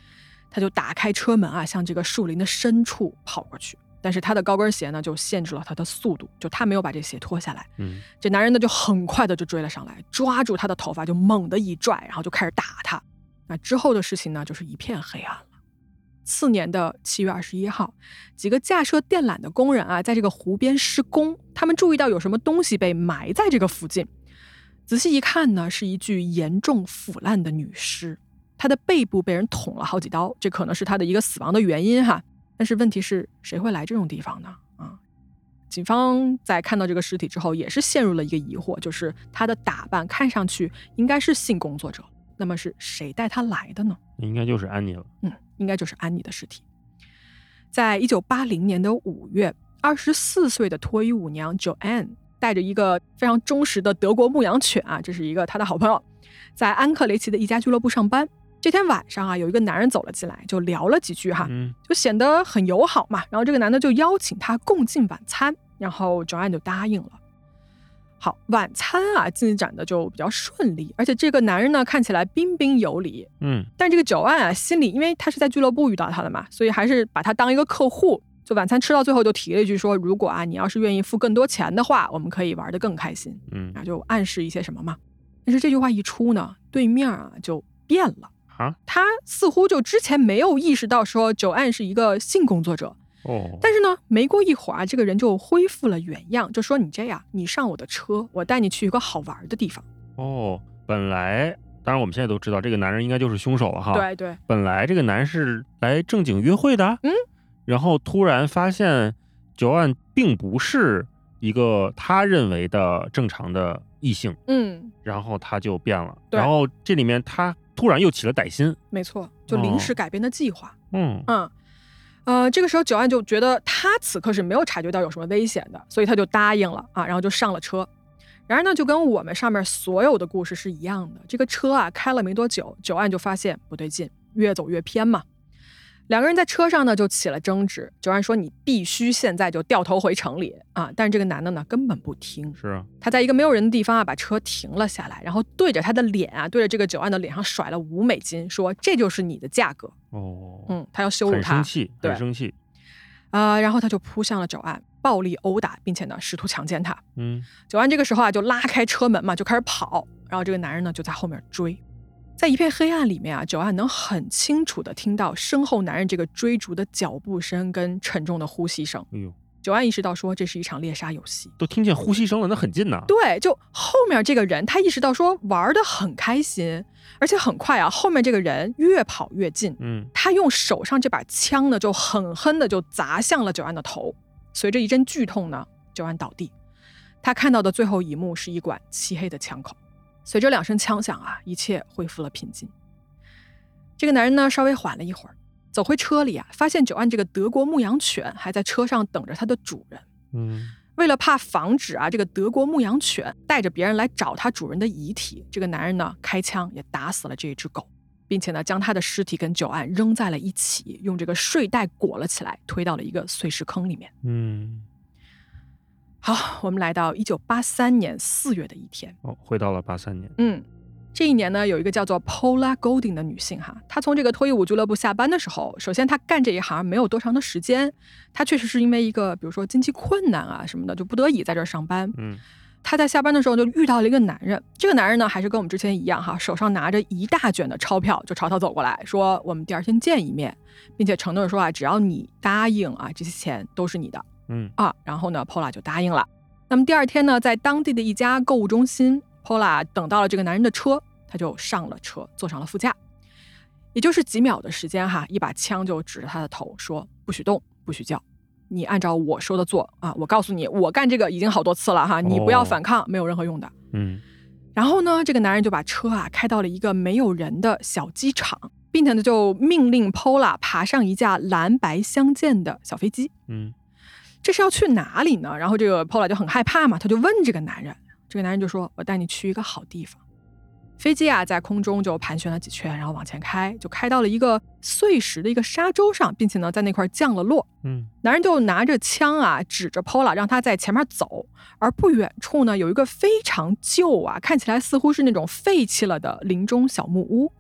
他就打开车门啊，向这个树林的深处跑过去。但是他的高跟鞋呢，就限制了他的速度，就他没有把这鞋脱下来。 嗯， 这男人呢，就很快的就追了上来，抓住他的头发就猛地一拽，然后就开始打他。那之后的事情呢，就是一片黑暗了。次年的七月二十一号，几个架设电缆的工人啊，在这个湖边施工，他们注意到有什么东西被埋在这个附近。仔细一看呢，是一具严重腐烂的女尸，她的背部被人捅了好几刀，这可能是她的一个死亡的原因哈。但是问题是，谁会来这种地方呢？啊，警方在看到这个尸体之后，也是陷入了一个疑惑，就是她的打扮看上去应该是性工作者，那么是谁带她来的呢？ 应该就是安妮了。 嗯，应该就是安妮的尸体。在一九八零年的五月，二十四岁的脱衣舞娘 Joanne 带着一个非常忠实的德国牧羊犬啊，这是一个她的好朋友，在安克雷奇的一家俱乐部上班。这天晚上啊，有一个男人走了进来，就聊了几句哈， 嗯， 就显得很友好嘛。然后这个男的就邀请他共进晚餐，然后 Joanne 就答应了。好，晚餐啊进展的就比较顺利，而且这个男人呢看起来彬彬有礼， 嗯， 但这个Joanne啊心里，因为他是在俱乐部遇到他的嘛，所以还是把他当一个客户。就晚餐吃到最后就提了一句说，如果啊你要是愿意付更多钱的话，我们可以玩得更开心。 嗯， 然后就暗示一些什么嘛。但是这句话一出呢，对面啊就变了。他似乎就之前没有意识到说Joanne是一个性工作者， 哦， 但是呢，没过一会儿啊，这个人就恢复了原样，就说你这样，你上我的车，我带你去一个好玩的地方。 哦，本来，当然我们现在都知道这个男人应该就是凶手了哈。 对对， 本来这个男是来正经约会的， 嗯， 然后突然发现Joanne并不是一个他认为的正常的异性， 嗯， 然后他就变了，然后这里面他突然又起了歹心， 没错，就临时改变的计划。 哦、嗯嗯，呃，这个时候Joanne就觉得他此刻是没有察觉到有什么危险的，所以他就答应了啊，然后就上了车。然而呢，就跟我们上面所有的故事是一样的，这个车啊开了没多久，Joanne就发现不对劲，越走越偏嘛。两个人在车上呢就起了争执，Joanne说你必须现在就掉头回城里啊！但是这个男的呢根本不听， 是啊， 他在一个没有人的地方啊把车停了下来，然后对着他的脸啊，对着这个Joanne的脸上甩了五美金，说这就是你的价格。 哦， 嗯，他要羞辱他， 很生气，很生气啊、呃！然后他就扑向了Joanne，暴力殴打，并且呢试图强奸他。 嗯 ，Joanne这个时候啊就拉开车门嘛，就开始跑，然后这个男人呢就在后面追。在一片黑暗里面啊，Joanne能很清楚地听到身后男人这个追逐的脚步声跟沉重的呼吸声。 哎呦 ，Joanne意识到说这是一场猎杀游戏， 都听见呼吸声了，那很近呐。 对，就后面这个人他意识到说玩得很开心，而且很快啊，后面这个人越跑越近。 嗯， 他用手上这把枪呢，就狠狠的就砸向了Joanne的头。随着一阵剧痛呢，Joanne倒地。他看到的最后一幕是一管漆黑的枪口。随着两声枪响啊，一切恢复了平静。这个男人呢，稍微缓了一会儿，走回车里啊，发现Joanne这个德国牧羊犬还在车上等着它的主人。 嗯， 为了怕防止啊这个德国牧羊犬带着别人来找它主人的遗体，这个男人呢开枪也打死了这只狗，并且呢将它的尸体跟Joanne扔在了一起，用这个睡袋裹了起来，推到了一个碎石坑里面。 嗯。 好，我们来到一九八三年四月的一天。 哦，回到了八三年。 嗯，这一年呢，有一个叫做 Paula Golding 的女性哈，她从这个脱衣舞俱乐部下班的时候，首先她干这一行没有多长的时间，她确实是因为一个比如说经济困难啊什么的，就不得已在这儿上班。 嗯， 她在下班的时候就遇到了一个男人，这个男人呢还是跟我们之前一样哈，手上拿着一大卷的钞票就朝她走过来，说我们第二天见一面，并且承诺说啊，只要你答应啊，这些钱都是你的。 嗯啊，然后呢 Paula 就答应了。那么第二天呢，在当地的一家购物中心， Paula 等到了这个男人的车，他就上了车，坐上了副驾。也就是几秒的时间哈，一把枪就指着他的头说，不许动，不许叫，你按照我说的做啊！我告诉你，我干这个已经好多次了哈，你不要反抗，没有任何用的。 嗯。 然后呢，这个男人就把车啊开到了一个没有人的小机场，并且呢就命令 Paula 爬上一架蓝白相间的小飞机。 嗯。 这是要去哪里呢？然后这个 Paula 就很害怕嘛，他就问这个男人，这个男人就说，我带你去一个好地方。飞机啊在空中就盘旋了几圈，然后往前开，就开到了一个碎石的一个沙洲上，并且呢在那块降了落。 嗯， 男人就拿着枪啊指着 Paula 让他在前面走，而不远处呢有一个非常旧啊，看起来似乎是那种废弃了的林中小木屋。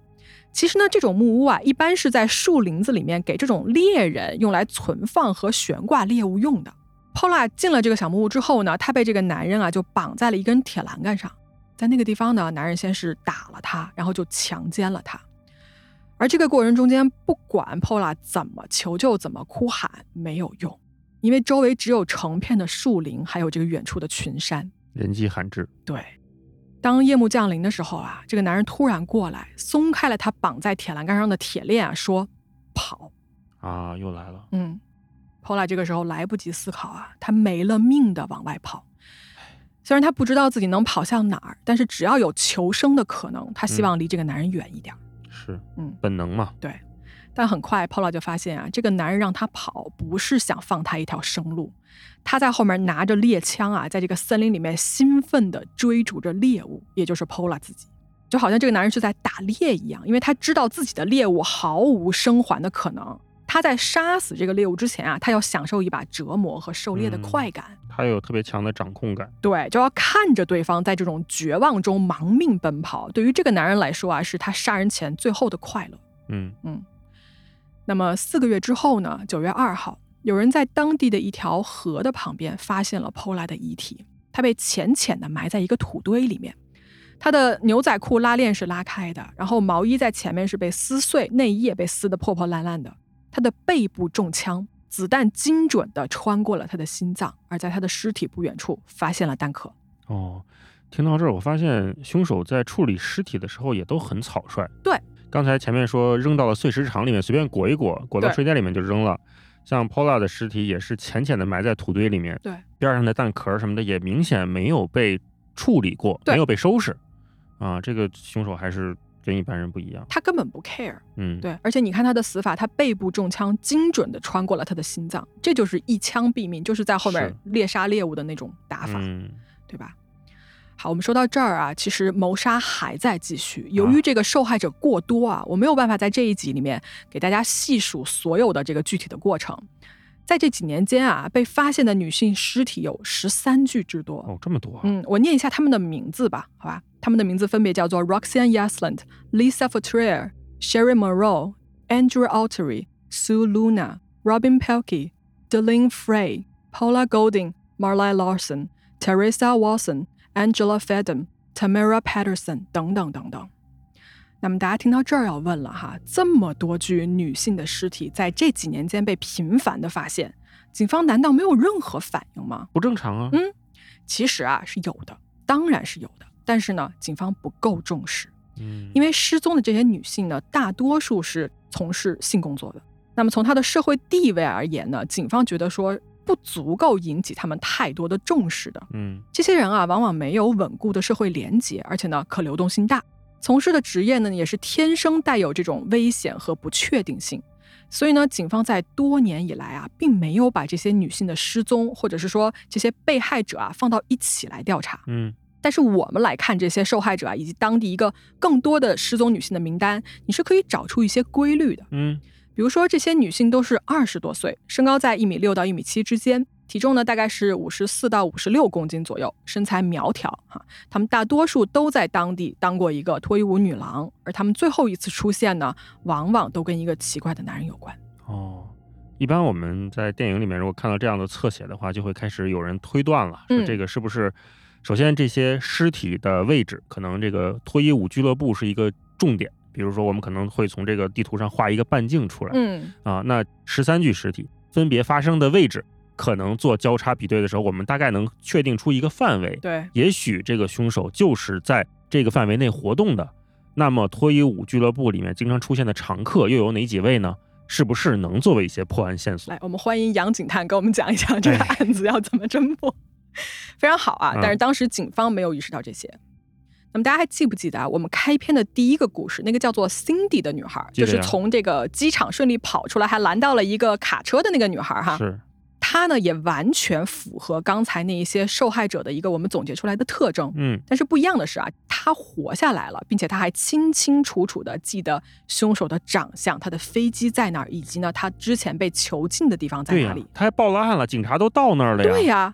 其实呢，这种木屋啊，一般是在树林子里面给这种猎人用来存放和悬挂猎物用的。Paula 进了这个小木屋之后呢，她被这个男人啊就绑在了一根铁栏杆上，在那个地方呢，男人先是打了她，然后就强奸了她。而这个过程中间，不管 Paula 怎么求救，怎么哭喊，没有用，因为周围只有成片的树林，还有这个远处的群山， 人迹罕至。 对，当夜幕降临的时候啊，这个男人突然过来，松开了他绑在铁栏杆上的铁链啊，说跑啊，又来了。 嗯 Paula 这个时候来不及思考啊，他没了命的往外跑。虽然他不知道自己能跑向哪儿，但是只要有求生的可能，他希望离这个男人远一点。 嗯、是， 嗯， 本能嘛。 对。但很快 Paula 就发现啊，这个男人让他跑不是想放他一条生路，他在后面拿着猎枪啊，在这个森林里面兴奋地追逐着猎物，也就是 Paula 自己，就好像这个男人是在打猎一样，因为他知道自己的猎物毫无生还的可能。他在杀死这个猎物之前啊，他要享受一把折磨和狩猎的快感、 嗯、他有特别强的掌控感。 对，就要看着对方在这种绝望中亡命奔跑，对于这个男人来说啊，是他杀人前最后的快乐。 嗯嗯。那么四个月之后呢，九月二号，有人在当地的一条河的旁边发现了 Paula 的遗体，他被浅浅的埋在一个土堆里面，他的牛仔裤拉链是拉开的，然后毛衣在前面是被撕碎，内衣也被撕得破破烂烂的，他的背部中枪，子弹精准地穿过了他的心脏，而在他的尸体不远处发现了弹壳。 哦，听到这儿，我发现凶手在处理尸体的时候也都很草率。 对， 刚才前面说扔到了碎石场里面，随便裹一裹，裹到睡袋里面就扔了。像 Paula 的尸体也是浅浅的埋在土堆里面， 对， 边上的弹壳什么的也明显没有被处理过，没有被收拾啊。这个凶手还是跟一般人不一样， 他根本不 care。 嗯， 对，而且你看他的死法，他背部中枪精准的穿过了他的心脏，这就是一枪毙命，就是在后面猎杀猎物的那种打法、嗯、对吧？好，我们说到这儿啊，其实谋杀还在继续。由于这个受害者过多啊，我没有办法在这一集里面给大家细数所有的这个具体的过程。在这几年间啊，被发现的女性尸体有十三具之多。 哦，这么多、啊。 嗯，我念一下他们的名字吧，好吧？他们的名字分别叫做 Roxanne Yasland、Lisa Fortier、Sherry Moreau、Andrew Autry、Sue Luna、Robin Pelkey、Delene Frey、Paula Golding、Marlai Larson、Teresa Watson、Angela Fedden、Tamara Patterson 等等等等。那么大家听到这儿要问了哈，这么多具女性的尸体在这几年间被频繁的发现，警方难道没有任何反应吗？ 不正常啊。 嗯，其实啊是有的，当然是有的，但是呢警方不够重视。 嗯， 因为失踪的这些女性呢，大多数是从事性工作的，那么从她的社会地位而言呢，警方觉得说不足够引起他们太多的重视的。 嗯， 这些人啊往往没有稳固的社会连结，而且呢可流动性大，从事的职业呢也是天生带有这种危险和不确定性。所以呢警方在多年以来啊并没有把这些女性的失踪或者是说这些被害者啊放到一起来调查。 嗯， 但是我们来看这些受害者啊以及当地一个更多的失踪女性的名单，你是可以找出一些规律的。 嗯， 比如说这些女性都是二十多岁，身高在一米六到一米七之间，体重呢大概是五十四到五十六公斤左右，身材苗条哈。她们大多数都在当地当过一个脱衣舞女郎，而她们最后一次出现呢，往往都跟一个奇怪的男人有关。 哦，一般我们在电影里面如果看到这样的侧写的话，就会开始有人推断了，说这个是不是、嗯、首先这些尸体的位置，可能这个脱衣舞俱乐部是一个重点。比如说我们可能会从这个地图上画一个半径出来， 嗯啊，那十三具尸体分别发生的位置，可能做交叉比对的时候，我们大概能确定出一个范围。 对， 也许这个凶手就是在这个范围内活动的。那么脱衣舞俱乐部里面经常出现的常客又有哪几位呢？是不是能作为一些破案线索？ 来，我们欢迎杨警探给我们讲一讲这个案子要怎么侦破。非常好啊，但是当时警方没有意识到这些。那么大家还记不记得啊？我们开篇的第一个故事，那个叫做 Cindy 的女孩，就是从这个机场顺利跑出来，还拦到了一个卡车的那个女孩哈。 是。 她呢也完全符合刚才那一些受害者的一个我们总结出来的特征。 嗯。 但是不一样的是啊，她活下来了，并且她还清清楚楚的记得凶手的长相，他的飞机在哪儿，以及呢他之前被囚禁的地方在哪里。 他还报了案了，警察都到那儿了呀。 对呀，哎。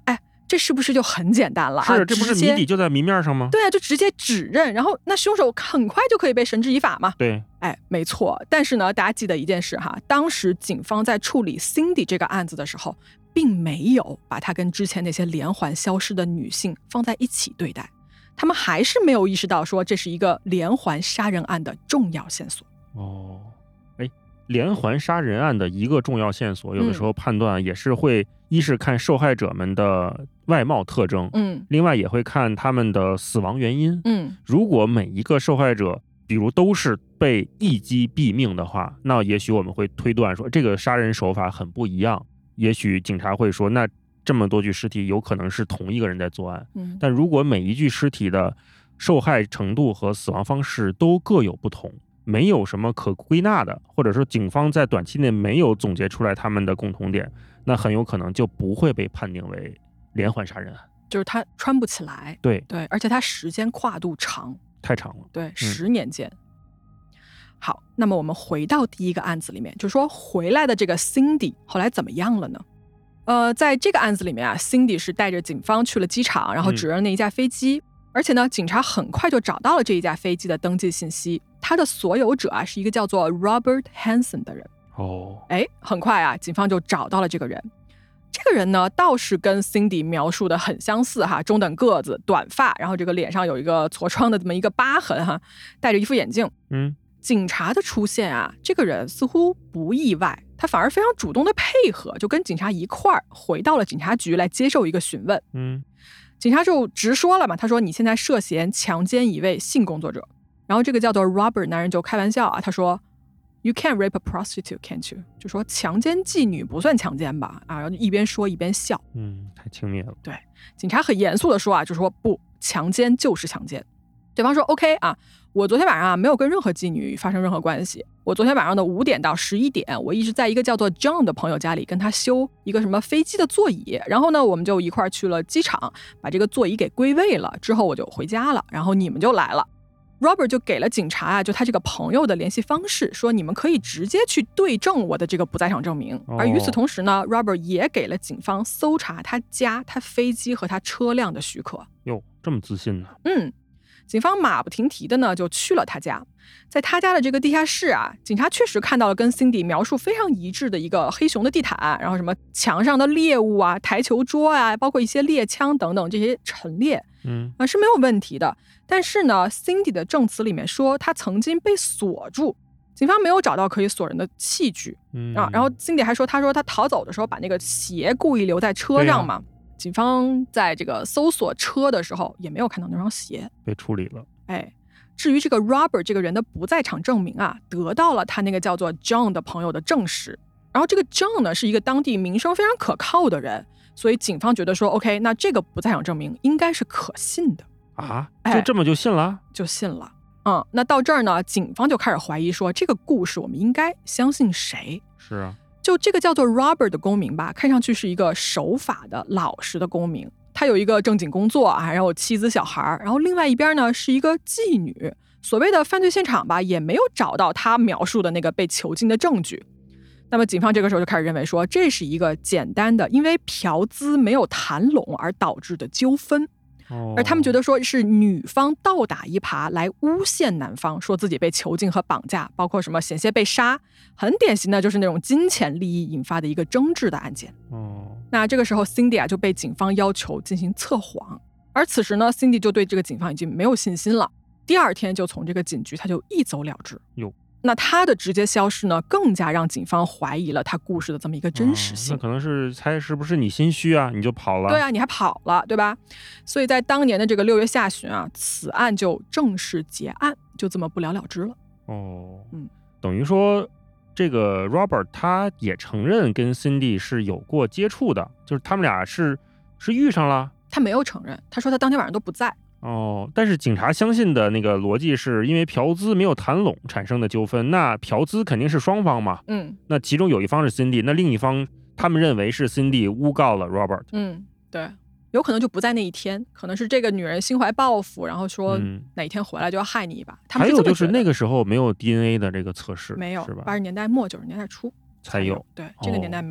这是不是就很简单了？ 是、 啊、 这不是谜底就在谜面上吗？ 对啊，就直接指认，然后那凶手很快就可以被绳之以法嘛。 对， 哎，没错。但是呢，大家记得一件事哈，当时警方在处理 Cindy 这个案子的时候，并没有把她跟之前那些连环消失的女性放在一起对待，他们还是没有意识到说这是一个连环杀人案的重要线索。 哦，哎，连环杀人案的一个重要线索，有的时候判断也是会、嗯、一是看受害者们的外貌特征， 嗯， 另外也会看他们的死亡原因， 嗯， 如果每一个受害者比如都是被一击毙命的话，那也许我们会推断说这个杀人手法很不一样，也许警察会说那这么多具尸体有可能是同一个人在作案， 嗯， 但如果每一具尸体的受害程度和死亡方式都各有不同，没有什么可归纳的，或者说警方在短期内没有总结出来他们的共同点，那很有可能就不会被判定为连环杀人案， 就是它穿不起来。 对对，而且它时间跨度长， 太长了。 对，十年间、嗯、好，那么我们回到第一个案子里面，就是说回来的这个 Cindy 后来怎么样了呢？呃，在这个案子里面啊 Cindy 是带着警方去了机场，然后指认那一架飞机、嗯、而且呢警察很快就找到了这一架飞机的登记信息，他的所有者啊是一个叫做 Robert Hansen 的人。 哦， 哎，很快啊警方就找到了这个人。这个人呢倒是跟 Cindy 描述的很相似哈，中等个子，短发，然后这个脸上有一个痤疮的这么一个疤痕哈，戴着一副眼镜。 嗯， 警察的出现啊，这个人似乎不意外，他反而非常主动的配合，就跟警察一块儿回到了警察局来接受一个询问。 嗯， 警察就直说了嘛，他说你现在涉嫌强奸一位性工作者。然后这个叫做 Robert 男人就开玩笑啊，他说You can't rape a prostitute, can't you? 就说强奸妓女不算强奸吧？啊，然后一边说一边笑。 嗯，太轻蔑了。 对，警察很严肃的说啊，就说不，强奸就是强奸。对方说 OK 啊，我昨天晚上啊没有跟任何妓女发生任何关系。我昨天晚上的五点到十一点，我一直在一个叫做 John 的朋友家里跟他修一个什么飞机的座椅。然后呢，我们就一块儿去了机场，把这个座椅给归位了。之后我就回家了，然后你们就来了。Robert 就给了警察啊，就他这个朋友的联系方式，说你们可以直接去对证我的这个不在场证明。 哦、 而与此同时呢 ，Robert 也给了警方搜查他家、他飞机和他车辆的许可。 哟，这么自信呢？ 嗯，警方马不停蹄的呢就去了他家。在他家的这个地下室啊，警察确实看到了跟 Cindy 描述非常一致的一个黑熊的地毯，然后什么墙上的猎物啊、台球桌啊，包括一些猎枪等等这些陈列， 嗯啊是没有问题的。但是呢 Cindy 的证词里面说他曾经被锁住，警方没有找到可以锁人的器具、 嗯、 啊。然后 Cindy 还说他说他逃走的时候把那个鞋故意留在车上嘛、啊、警方在这个搜索车的时候也没有看到那双鞋， 被处理了。 哎，至于这个 Robert 这个人的不在场证明啊，得到了他那个叫做 John 的朋友的证实。然后这个 John 呢是一个当地名声非常可靠的人，所以警方觉得说 OK， 那这个不在场证明应该是可信的啊，就这么就信了、哎、 就信了。嗯，那到这儿呢，警方就开始怀疑说这个故事我们应该相信谁？ 是啊， 就这个叫做 Robert 的公民吧，看上去是一个守法的老实的公民，他有一个正经工作啊，然后有妻子小孩，然后另外一边呢是一个妓女。所谓的犯罪现场吧，也没有找到他描述的那个被囚禁的证据。那么警方这个时候就开始认为说，这是一个简单的因为嫖资没有谈拢而导致的纠纷。而他们觉得说是女方倒打一耙来诬陷男方，说自己被囚禁和绑架，包括什么险些被杀，很典型的就是那种金钱利益引发的一个争执的案件。 哦， 那这个时候 Cindy 啊就被警方要求进行测谎，而此时呢 Cindy 就对这个警方已经没有信心了，第二天就从这个警局他就一走了之。 哟， 那他的直接消失呢，更加让警方怀疑了他故事的这么一个真实性、 哦、那可能是猜是不是你心虚啊，你就跑了。 对啊，你还跑了，对吧？所以在当年的这个六月下旬啊，此案就正式结案，就这么不了了之了。 哦， 嗯， 等于说这个 Robert 他也承认跟 Cindy 是有过接触的，就是他们俩是是遇上了。 他没有承认，他说他当天晚上都不在。 哦，但是警察相信的那个逻辑是因为嫖资没有谈拢产生的纠纷，那嫖资肯定是双方嘛。 嗯， 那其中有一方是 Cindy， 那另一方他们认为是 Cindy 诬告了 Robert。 嗯，对，有可能就不在那一天，可能是这个女人心怀报复，然后说哪一天回来就要害你一把。嗯、他们是还有就是那个时候没有 D N A 的这个测试， 没有， 是吧？ 八十年代末九十年代初才有， 对、哦，这个年代没有。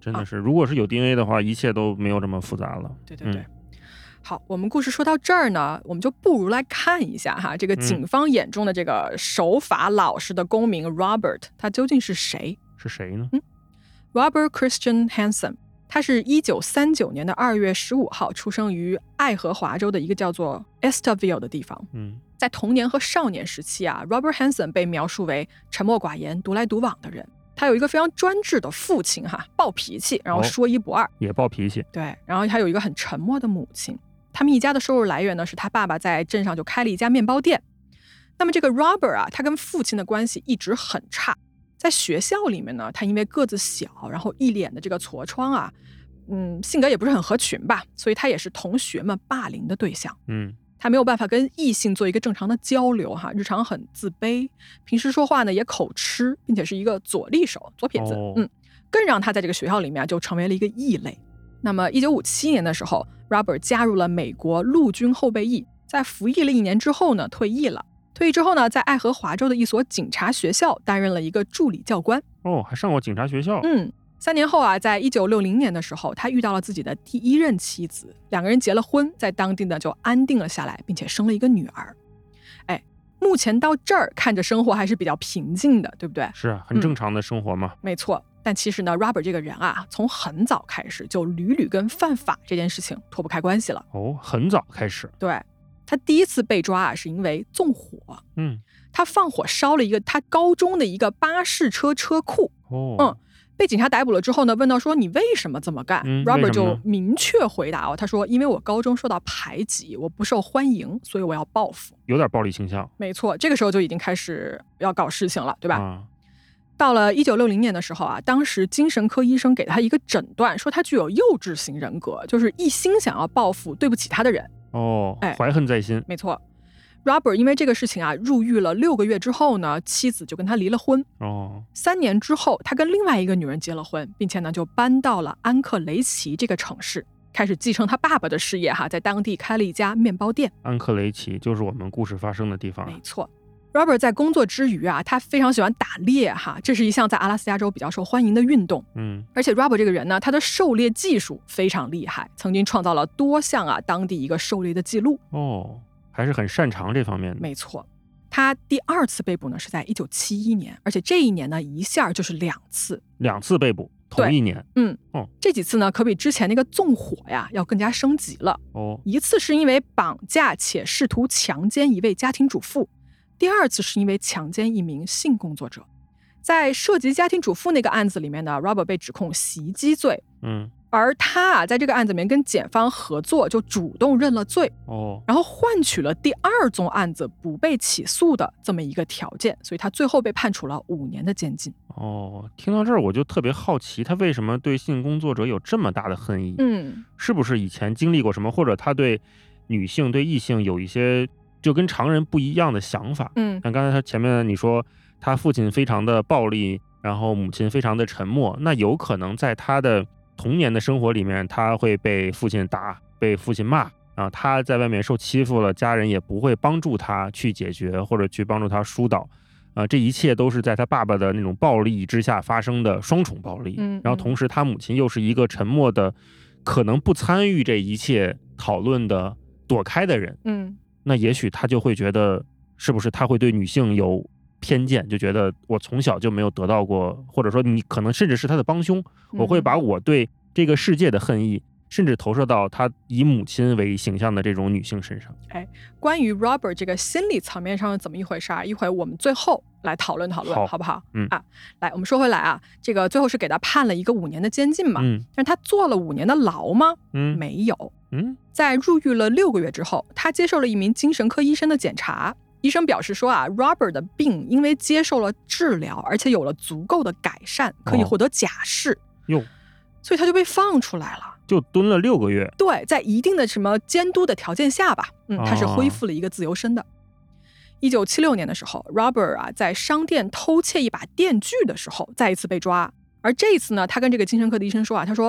真的是，啊、如果是有 D N A 的话，一切都没有这么复杂了。 对对对。嗯，好，我们故事说到这儿呢，我们就不如来看一下哈，这个警方眼中的这个守法老实的公民 Robert， 他究竟是谁？ 是谁呢？ 嗯 ，Robert Christian Hansen， 他是一九三九年的二月十五号出生于爱荷华州的一个叫做 Esterville 的地方。 嗯， 在童年和少年时期啊 ，Robert Hansen 被描述为沉默寡言、独来独往的人。他有一个非常专制的父亲哈，暴脾气，然后说一不二，哦、 也暴脾气。 对，然后还有一个很沉默的母亲。他们一家的收入来源呢，是他爸爸在镇上就开了一家面包店。那么这个 Robert 啊，他跟父亲的关系一直很差。在学校里面呢，他因为个子小，然后一脸的这个痤疮啊，嗯，性格也不是很合群吧，所以他也是同学们霸凌的对象。 嗯， 他没有办法跟异性做一个正常的交流哈，日常很自卑，平时说话呢也口吃，并且是一个左利手，左撇子。哦、嗯，更让他在这个学校里面就成为了一个异类。那么一九五七年的时候 Robert 加入了美国陆军后备役，在服役了一年之后呢退役了。退役之后呢，在爱荷华州的一所警察学校担任了一个助理教官。 哦，还上过警察学校。 嗯，三年后啊，在一九六零年的时候，他遇到了自己的第一任妻子，两个人结了婚，在当地呢就安定了下来，并且生了一个女儿。哎，目前到这儿看着生活还是比较平静的，对不对？ 是啊，很正常的生活嘛。 嗯、没错。但其实呢 Robert 这个人啊，从很早开始就屡屡跟犯法这件事情脱不开关系了。 哦，很早开始。 对，他第一次被抓啊，是因为纵火。 嗯， 他放火烧了一个他高中的一个巴士车车库。 哦， 嗯，被警察逮捕了之后呢，问到说你为什么这么干、 嗯、 ？Robert 就明确回答哦，他说因为我高中受到排挤，我不受欢迎，所以我要报复。 有点暴力倾向。 没错，这个时候就已经开始要搞事情了，对吧？ 啊， 到了一九六零年的时候啊，当时精神科医生给他一个诊断，说他具有幼稚型人格，就是一心想要报复对不起他的人。 哦， 哎， 怀恨在心。 没错。Robert 因为这个事情啊，入狱了六个月之后呢，妻子就跟他离了婚。 哦， 三年之后，他跟另外一个女人结了婚，并且呢，就搬到了安克雷奇这个城市，开始继承他爸爸的事业哈，在当地开了一家面包店。 安克雷奇就是我们故事发生的地方。 没错。Robert 在工作之余啊，他非常喜欢打猎哈，这是一项在阿拉斯加州比较受欢迎的运动。 嗯， 而且 Robert 这个人呢，他的狩猎技术非常厉害，曾经创造了多项啊当地一个狩猎的记录。 哦，还是很擅长这方面的。 没错，他第二次被捕呢是在一九七一年，而且这一年呢一下就是两次， 两次被捕，同一年。 嗯， 哦， 这几次呢可比之前那个纵火呀要更加升级了。 哦， 一次是因为绑架且试图强奸一位家庭主妇。第二次是因为强奸一名性工作者。在涉及家庭主妇那个案子里面呢 Robert 被指控袭击罪。 嗯， 而他啊在这个案子里面跟检方合作，就主动认了罪。 哦， 然后换取了第二宗案子不被起诉的这么一个条件，所以他最后被判处了五年的监禁。 哦，听到这儿我就特别好奇，他为什么对性工作者有这么大的恨意？ 嗯， 是不是以前经历过什么，或者他对女性对异性有一些就跟常人不一样的想法？ 嗯， 像刚才他前面你说他父亲非常的暴力，然后母亲非常的沉默，那有可能在他的童年的生活里面，他会被父亲打，被父亲骂啊，他在外面受欺负了，家人也不会帮助他去解决，或者去帮助他疏导啊，这一切都是在他爸爸的那种暴力之下发生的双重暴力。 嗯， 然后同时他母亲又是一个沉默的，可能不参与这一切讨论的躲开的人。 嗯， 那也许他就会觉得，是不是他会对女性有偏见，就觉得我从小就没有得到过，或者说你可能甚至是他的帮凶，我会把我对这个世界的恨意甚至投射到他以母亲为形象的这种女性身上。 哎，关于 Robert 这个心理层面上是怎么一回事啊？一会我们最后来讨论讨论， 好, 好不好？ 嗯啊，来，我们说回来啊，这个最后是给他判了一个五年的监禁嘛， 嗯， 但是他坐了五年的牢吗？ 嗯， 没有。 嗯， 在入狱了六个月之后，他接受了一名精神科医生的检查。医生表示说啊 ，Robert 的病因为接受了治疗，而且有了足够的改善，可以获得假释。 哟、哦， 所以他就被放出来了， 就蹲了六个月。 对，在一定的什么监督的条件下吧，嗯，他是恢复了一个自由身的。一九七六年的时候 ，Robert 啊在商店偷窃一把电锯的时候，再一次被抓。而这一次呢，他跟这个精神科的医生说啊，他说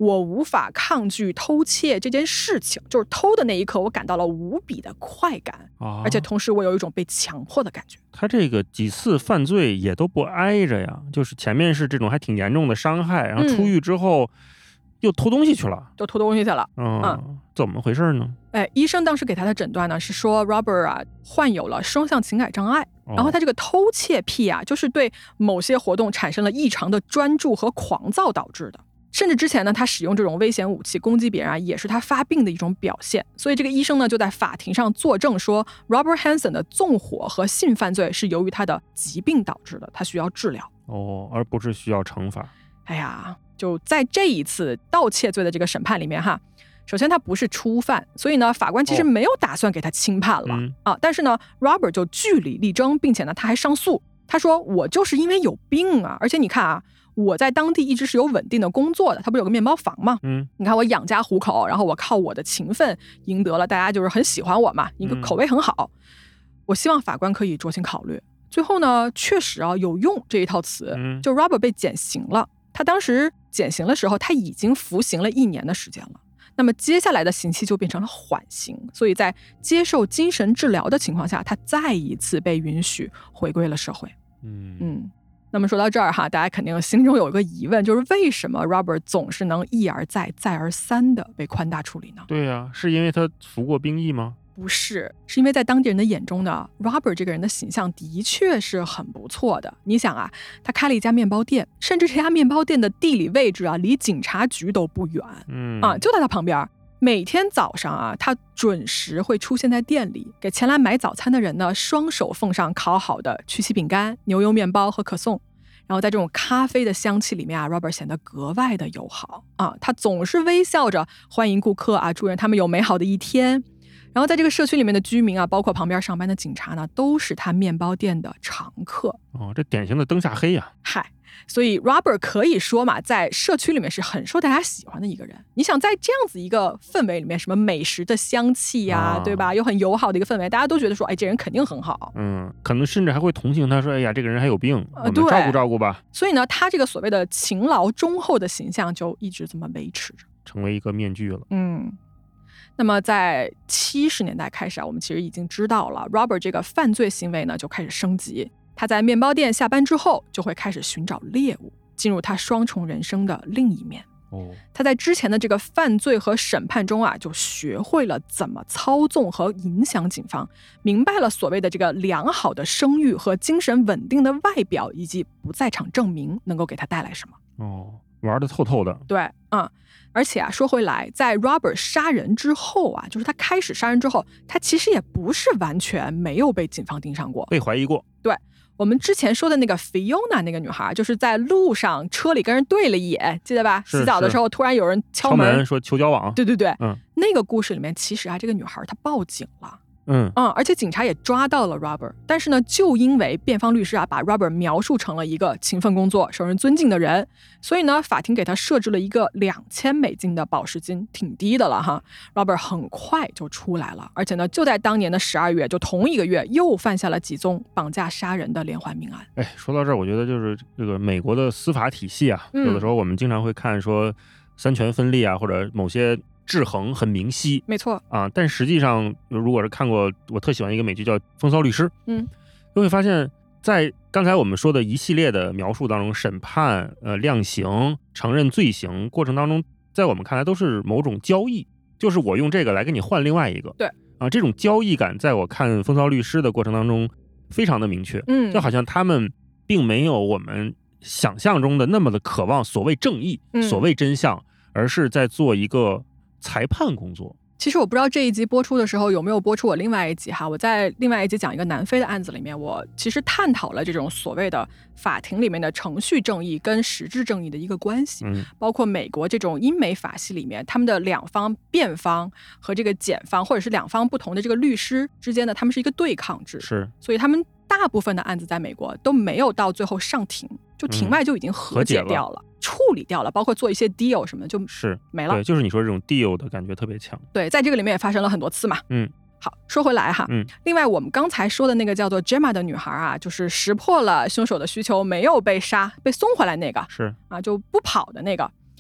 我无法抗拒偷窃这件事情，就是偷的那一刻我感到了无比的快感、啊、而且同时我有一种被强迫的感觉。 他这个几次犯罪也都不挨着呀，就是前面是这种还挺严重的伤害，然后出狱之后又偷东西去了、嗯、 就偷东西去了。 嗯，嗯怎么回事呢？ 哎，医生当时给他的诊断呢是说 Robert 啊患有了双向情感障碍、哦、然后他这个偷窃癖啊就是对某些活动产生了异常的专注和狂躁导致的，甚至之前呢他使用这种危险武器攻击别人啊也是他发病的一种表现。所以这个医生呢就在法庭上作证说 Robert Hansen 的纵火和性犯罪是由于他的疾病导致的，他需要治疗哦，而不是需要惩罚。 哎呀，就在这一次盗窃罪的这个审判里面哈，首先他不是初犯，所以呢法官其实没有打算给他轻判了、哦嗯、啊，但是呢 Robert 就据理力争，并且呢他还上诉，他说我就是因为有病啊，而且你看啊我在当地一直是有稳定的工作的，他不是有个面包房吗？嗯，你看我养家糊口，然后我靠我的勤奋赢得了大家就是很喜欢我嘛，一个口碑很好、嗯、我希望法官可以酌情考虑。最后呢确实啊有用这一套词、嗯、就 Robert 被减刑了，他当时减刑的时候他已经服刑了一年的时间了，那么接下来的刑期就变成了缓刑，所以在接受精神治疗的情况下他再一次被允许回归了社会。嗯嗯，那么说到这儿哈，大家肯定心中有一个疑问，就是为什么 Robert 总是能一而再再而三的被宽大处理呢？ 对啊，是因为他服过兵役吗？ 不是，是因为在当地人的眼中呢 Robert 这个人的形象的确是很不错的。你想啊，他开了一家面包店，甚至这家面包店的地理位置啊离警察局都不远，嗯啊，就在他旁边。每天早上啊他准时会出现在店里，给前来买早餐的人呢双手奉上烤好的曲奇饼干、牛油面包和可颂。然后在这种咖啡的香气里面啊 Robert 显得格外的友好啊，他总是微笑着欢迎顾客啊，祝愿他们有美好的一天。然后在这个社区里面的居民啊，包括旁边上班的警察呢，都是他面包店的常客。 哦，这典型的灯下黑呀、 啊！嗨，所以 Robert 可以说嘛，在社区里面是很受大家喜欢的一个人。你想在这样子一个氛围里面，什么美食的香气呀、啊，对吧？又很友好的一个氛围，大家都觉得说，哎，这人肯定很好。 嗯，可能甚至还会同情他，说，哎呀，这个人还有病，我们照顾照顾吧。 所以呢，他这个所谓的勤劳忠厚的形象就一直这么维持着， 成为一个面具了。 嗯。那么在七十年代开始啊，我们其实已经知道了 Robert 这个犯罪行为呢就开始升级。他在面包店下班之后就会开始寻找猎物，进入他双重人生的另一面。哦，他在之前的这个犯罪和审判中啊，就学会了怎么操纵和影响警方，明白了所谓的这个良好的声誉和精神稳定的外表以及不在场证明能够给他带来什么。 哦，玩得透透的。 对，嗯。而且啊，说回来，在 Robert 杀人之后啊，就是他开始杀人之后，他其实也不是完全没有被警方盯上过， 被怀疑过。 对，我们之前说的那个 Fiona 那个女孩，就是在路上车里跟人对了一眼，记得吧？洗澡的时候突然有人敲门， 敲门说求交往。 对对对， 嗯， 那个故事里面其实啊，这个女孩她报警了。 嗯嗯，而且警察也抓到了 Robert， 但是呢，就因为辩方律师啊把 Robert 描述成了一个勤奋工作、受人尊敬的人，所以呢，法庭给他设置了一个两千美金的保释金，挺低的了哈。Robert 很快就出来了，而且呢，就在当年的十二月，就同一个月，又犯下了几宗绑架杀人的连环命案。 哎，说到这儿，我觉得就是这个美国的司法体系啊，嗯、有的时候我们经常会看说三权分立啊，或者某些制衡很明晰， 没错啊，但实际上如果是看过，我特喜欢一个美剧叫《风骚律师》，嗯，就会发现在刚才我们说的一系列的描述当中，审判、呃量刑、承认罪行过程当中，在我们看来都是某种交易，就是我用这个来跟你换另外一个， 对啊，这种交易感在我看《风骚律师》的过程当中非常的明确，嗯，就好像他们并没有我们想象中的那么的渴望所谓正义、嗯、所谓真相，而是在做一个裁判工作。 其实我不知道这一集播出的时候有没有播出我另外一集哈，我在另外一集讲一个南非的案子里面，我其实探讨了这种所谓的法庭里面的程序正义跟实质正义的一个关系，嗯，包括美国这种英美法系里面他们的两方辩方和这个检方或者是两方不同的这个律师之间的他们是一个对抗制， 是， 所以他们大部分的案子在美国都没有到最后上庭，就庭外就已经和解掉了、嗯、处理掉了，包括做一些 deal 什么的就是没了。 对，就是你说这种 deal 的感觉特别强。 对，在这个里面也发生了很多次嘛。 嗯， 好，说回来哈，嗯，另外我们刚才说的那个叫做 Gemma 的女孩啊，就是识破了凶手的需求，没有被杀，被送回来那个， 是啊，就不跑的那个。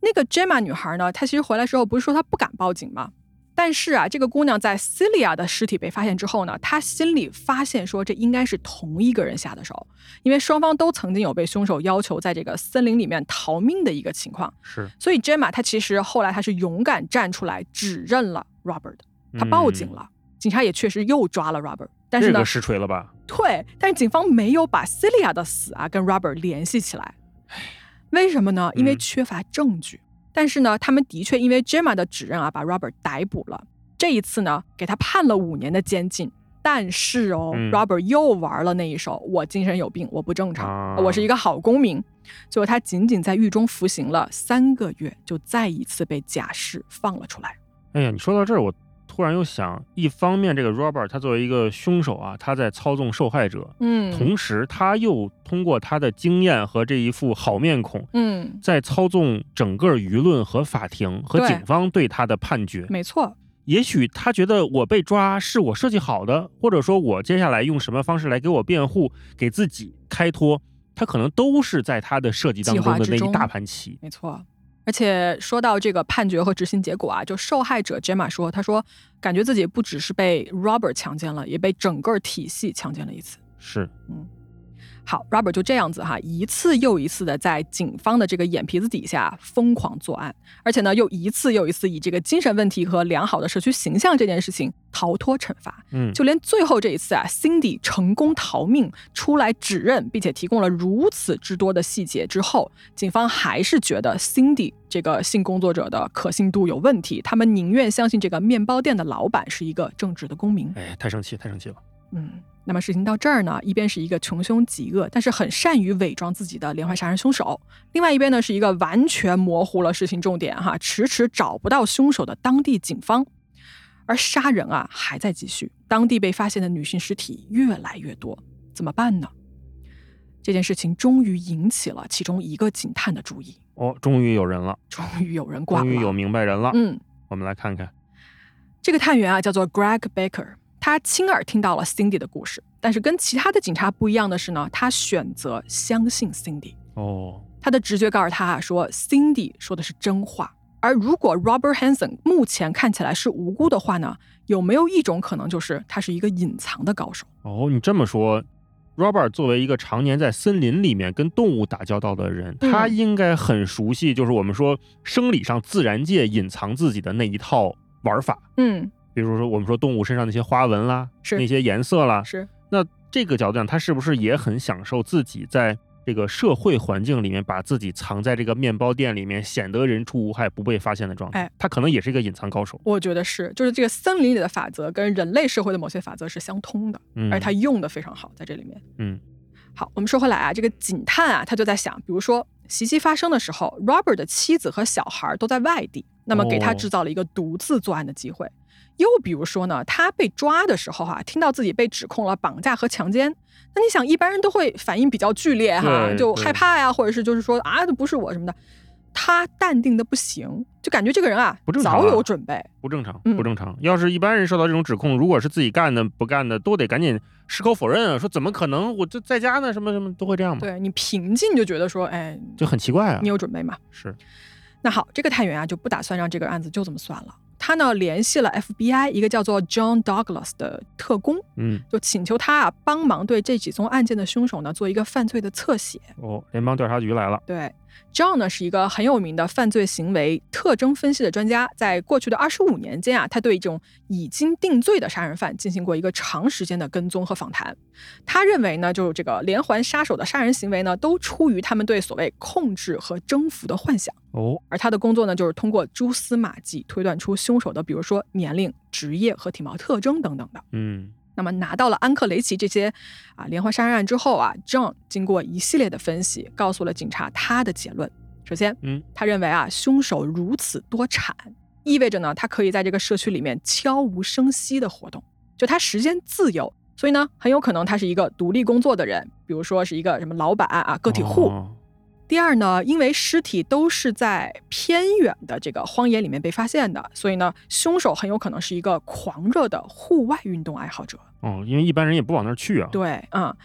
那个 Gemma 女孩呢，她其实回来之后不是说她不敢报警吗？但是啊，这个姑娘在 Celia 的尸体被发现之后呢，她心里发现说这应该是同一个人下的手，因为双方都曾经有被凶手要求在这个森林里面逃命的一个情况。 是， 所以 Gemma 她其实后来她是勇敢站出来指认了 Robert， 她报警了、嗯，警察也确实又抓了 Robert。但是呢， 这个实锤了吧？ 对，但是警方没有把 Celia 的死啊跟 Robert 联系起来，为什么呢？因为缺乏证据。嗯，但是呢，他们的确因为 Gemma 的指认啊，把 Robert 逮捕了。这一次呢，给他判了五年的监禁。但是哦、嗯、，Robert 又玩了那一手，我精神有病，我不正常，啊、我是一个好公民。最后他仅仅在狱中服刑了三个月，就再一次被假释放了出来。 哎呀，你说到这儿，我突然又想，一方面这个 Robert 他作为一个凶手啊，他在操纵受害者，嗯，同时他又通过他的经验和这一副好面孔，嗯，在操纵整个舆论和法庭和警方对他的判决。 没错， 也许他觉得我被抓是我设计好的，或者说我接下来用什么方式来给我辩护，给自己开脱，他可能都是在他的设计当中的那一大盘棋。 没错。而且说到这个判决和执行结果啊，就受害者 Gemma 说，他说感觉自己不只是被 Robert 强奸了，也被整个体系强奸了一次。 是， 嗯。好 ，Robert 就这样子哈，一次又一次的在警方的这个眼皮子底下疯狂作案，而且呢，又一次又一次以这个精神问题和良好的社区形象这件事情逃脱惩罚。嗯，就连最后这一次啊 ，Cindy 成功逃命出来指认，并且提供了如此之多的细节之后，警方还是觉得 Cindy 这个性工作者的可信度有问题，他们宁愿相信这个面包店的老板是一个正直的公民。 哎，太生气，太生气了。 嗯。那么事情到这儿呢，一边是一个穷凶极恶但是很善于伪装自己的连环杀人凶手，另外一边呢是一个完全模糊了事情重点哈，迟迟找不到凶手的当地警方。而杀人啊还在继续，当地被发现的女性尸体越来越多，怎么办呢？这件事情终于引起了其中一个警探的注意。 哦，终于有人了， 终于有人管了， 终于有明白人了。嗯，我们来看看这个探员啊，叫做 Greg Baker。他亲耳听到了 Cindy 的故事，但是跟其他的警察不一样的是呢，他选择相信 Cindy。哦，他的直觉告诉他啊，说 Cindy 说的是真话。而如果 Robert Hansen 目前看起来是无辜的话呢，有没有一种可能就是他是一个隐藏的高手？ 哦，你这么说 ，Robert 作为一个常年在森林里面跟动物打交道的人，嗯、他应该很熟悉，就是我们说生理上自然界隐藏自己的那一套玩法。嗯。比如说我们说动物身上那些花纹啦，是那些颜色啦， 是那这个角度讲，他是不是也很享受自己在这个社会环境里面把自己藏在这个面包店里面，显得人畜无害不被发现的状态？哎，他可能也是一个隐藏高手。 我觉得是，就是这个森林里的法则跟人类社会的某些法则是相通的，嗯、而他用的非常好在这里面。嗯，好，我们说回来啊，这个警探啊，他就在想，比如说袭击发生的时候 ，Robert 的妻子和小孩都在外地，那么给他制造了一个独自作案的机会。哦，又比如说呢，他被抓的时候啊，听到自己被指控了绑架和强奸，那你想一般人都会反应比较剧烈哈，就害怕呀，或者是就是说啊，这不是我什么的。他淡定的不行，就感觉这个人啊， 不正常啊， 早有准备， 不正常，不正常。嗯、要是一般人受到这种指控，如果是自己干的不干的，都得赶紧矢口否认啊，说怎么可能，我就在家呢，什么什么都会这样嘛。 对，你平静就觉得说，哎， 就很奇怪啊， 你有准备吗？ 是。 那好，这个探员啊就不打算让这个案子就这么算了。他呢联系了 F B I 一个叫做 John Douglas 的特工，嗯，就请求他啊帮忙对这几宗案件的凶手呢做一个犯罪的侧写。 哦，联邦调查局来了。 对 ，John 呢是一个很有名的犯罪行为特征分析的专家，在过去的二十五年间啊，他对这种已经定罪的杀人犯进行过一个长时间的跟踪和访谈。他认为呢，就是这个连环杀手的杀人行为呢，都出于他们对所谓控制和征服的幻想。哦，而他的工作呢，就是通过蛛丝马迹推断出凶手的，比如说年龄、职业和体貌特征等等的。嗯，那么拿到了安克雷奇这些啊连环杀人案之后啊 ，John 经过一系列的分析，告诉了警察他的结论。首先，嗯，他认为啊，凶手如此多产，意味着呢，他可以在这个社区里面悄无声息的活动，就他时间自由，所以呢，很有可能他是一个独立工作的人，比如说是一个什么老板啊、个体户。哦，第二呢，因为尸体都是在偏远的这个荒野里面被发现的，所以呢，凶手很有可能是一个狂热的户外运动爱好者。 哦，因为一般人也不往那儿去啊。 对，嗯。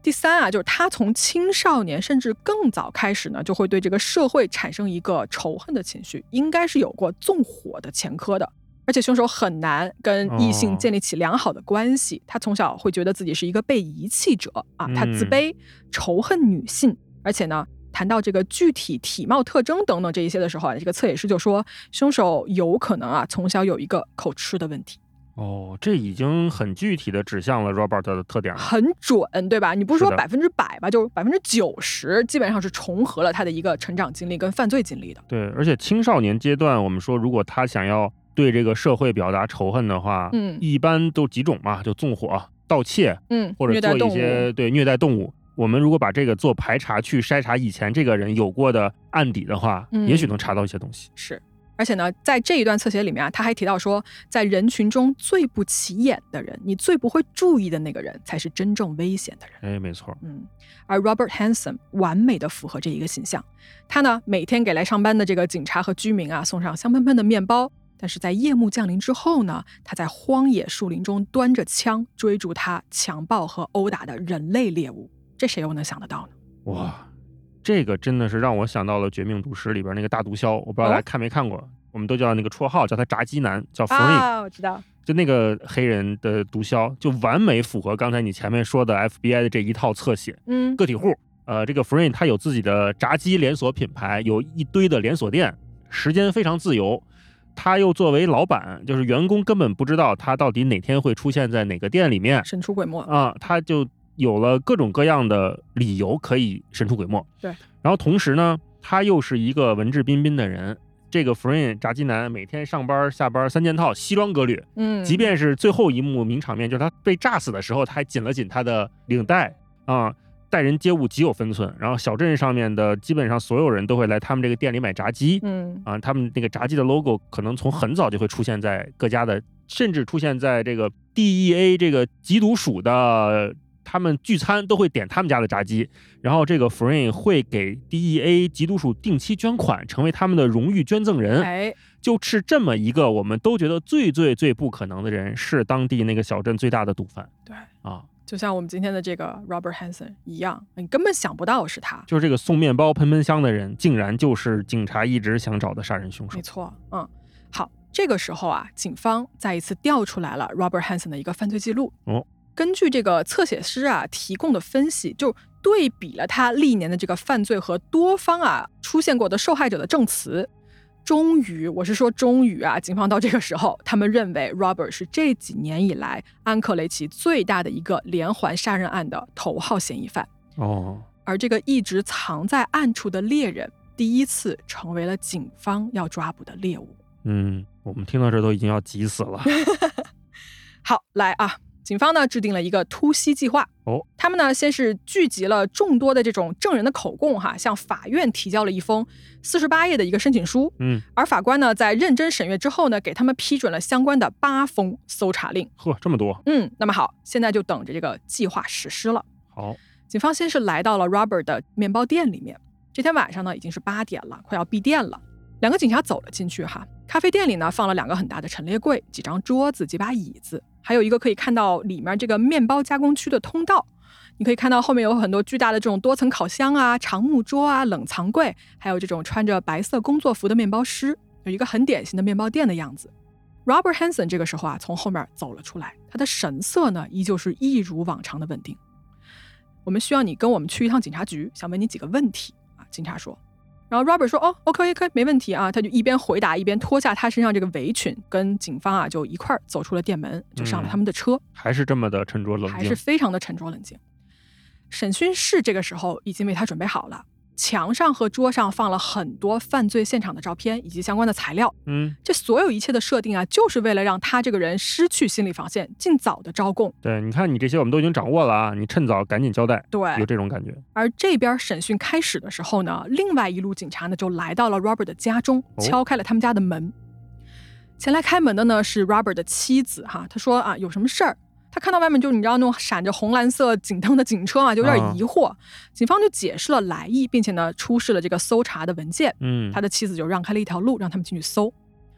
第三啊，就是他从青少年甚至更早开始呢，就会对这个社会产生一个仇恨的情绪，应该是有过纵火的前科的。而且凶手很难跟异性建立起良好的关系，哦、他从小会觉得自己是一个被遗弃者啊，他自卑、嗯、仇恨女性，而且呢，谈到这个具体体貌特征等等这一些的时候啊，这个侧写师就说，凶手有可能啊从小有一个口吃的问题。 哦，这已经很具体的指向了 Robert 的特点了， 很准，对吧？你不是说百分之百吧，就是百分之九十，基本上是重合了他的一个成长经历跟犯罪经历的。 对，而且青少年阶段，我们说如果他想要对这个社会表达仇恨的话，嗯，一般都几种嘛，就纵火、盗窃， 嗯， 或者做一些对虐待动物。我们如果把这个做排查，去筛查以前这个人有过的案底的话，嗯、也许能查到一些东西。 是。而且呢，在这一段侧写里面啊，他还提到说，在人群中最不起眼的人，你最不会注意的那个人，才是真正危险的人。 哎，没错。 嗯，而 Robert Hansen 完美的符合这一个形象。他呢，每天给来上班的这个警察和居民啊，送上香喷喷的面包。但是在夜幕降临之后呢，他在荒野树林中端着枪追逐他强暴和殴打的人类猎物。这谁又能想得到呢？ 哇！这个真的是让我想到了《绝命毒师》里边那个大毒枭，我不知道大家看没看过、哦、我们都叫那个绰号叫他炸鸡男，叫 Fring 啊，我知道， 就那个黑人的毒枭，就完美符合刚才你前面说的 F B I 的这一套侧写。嗯，个体户，呃，这个 Fring 他有自己的炸鸡连锁品牌，有一堆的连锁店，时间非常自由。他又作为老板，就是员工根本不知道他到底哪天会出现在哪个店里面， 神出鬼没啊，他就有了各种各样的理由可以神出鬼没。 对， 然后同时呢，他又是一个文质彬彬的人。这个 Fring 炸鸡男每天上班下班三件套，西装革履。嗯，即便是最后一幕名场面，就是他被炸死的时候，他还紧了紧他的领带啊，待人接物极有分寸。然后小镇上面的基本上所有人都会来他们这个店里买炸鸡。嗯，啊，他们那个炸鸡的 logo 可能从很早就会出现在各家的，甚至出现在这个 D E A 这个缉毒署的。他们聚餐都会点他们家的炸鸡，然后这个 Fring 会给 D E A 缉毒署定期捐款，成为他们的荣誉捐赠人。 哎， 就是这么一个我们都觉得最最最不可能的人，是当地那个小镇最大的毒贩。 对啊， 就像我们今天的这个 Robert Hansen 一样，你根本想不到是他。 就是这个送面包喷喷香的人，竟然就是警察一直想找的杀人凶手。 没错，嗯，好，这个时候啊，警方再一次调出来了 Robert Hansen 的一个犯罪记录。哦。根据这个侧写师啊提供的分析，就对比了他历年的这个犯罪和多方啊出现过的受害者的证词，终于，我是说终于啊，警方到这个时候，他们认为 Robert 是这几年以来安克雷奇最大的一个连环杀人案的头号嫌疑犯。 哦， 而这个一直藏在暗处的猎人，第一次成为了警方要抓捕的猎物。 嗯，我们听到这都已经要急死了。 好，来啊。警方呢制定了一个突袭计划。哦，他们呢先是聚集了众多的这种证人的口供哈，向法院提交了一封四十八页的一个申请书。嗯，而法官呢在认真审阅之后呢，给他们批准了相关的八封搜查令。 呵，这么多。 嗯，那么好，现在就等着这个计划实施了。 好， 警方先是来到了 Robert 的面包店里面。这天晚上呢已经是八点了，快要闭店了。两个警察走了进去哈，咖啡店里呢放了两个很大的陈列柜，几张桌子，几把椅子，还有一个可以看到里面这个面包加工区的通道。你可以看到后面有很多巨大的这种多层烤箱啊、长木桌啊、冷藏柜，还有这种穿着白色工作服的面包师，有一个很典型的面包店的样子。Robert Hansen 这个时候啊从后面走了出来，他的神色呢依旧是一如往常的稳定。我们需要你跟我们去一趟警察局，想问你几个问题啊。警察说。然后 Robert 说，哦 OK OK 没问题啊，他就一边回答一边脱下他身上这个围裙，跟警方啊就一块走出了店门，就上了他们的车。嗯， 还是这么的沉着冷静， 还是非常的沉着冷静。审讯室这个时候已经为他准备好了，墙上和桌上放了很多犯罪现场的照片以及相关的材料。嗯，这所有一切的设定啊，就是为了让他这个人失去心理防线，尽早的招供。 对，你看你这些我们都已经掌握了啊，你趁早赶紧交代。 对， 有这种感觉。 而这边审讯开始的时候呢，另外一路警察呢就来到了 Robert 的家中，敲开了他们家的门。哦，前来开门的呢是 Robert 的妻子哈，他说啊有什么事儿？他看到外面就你知道那种闪着红蓝色警灯的警车嘛，就有点疑惑。嗯，警方就解释了来意，并且呢出示了这个搜查的文件。嗯，他的妻子就让开了一条路，让他们进去搜。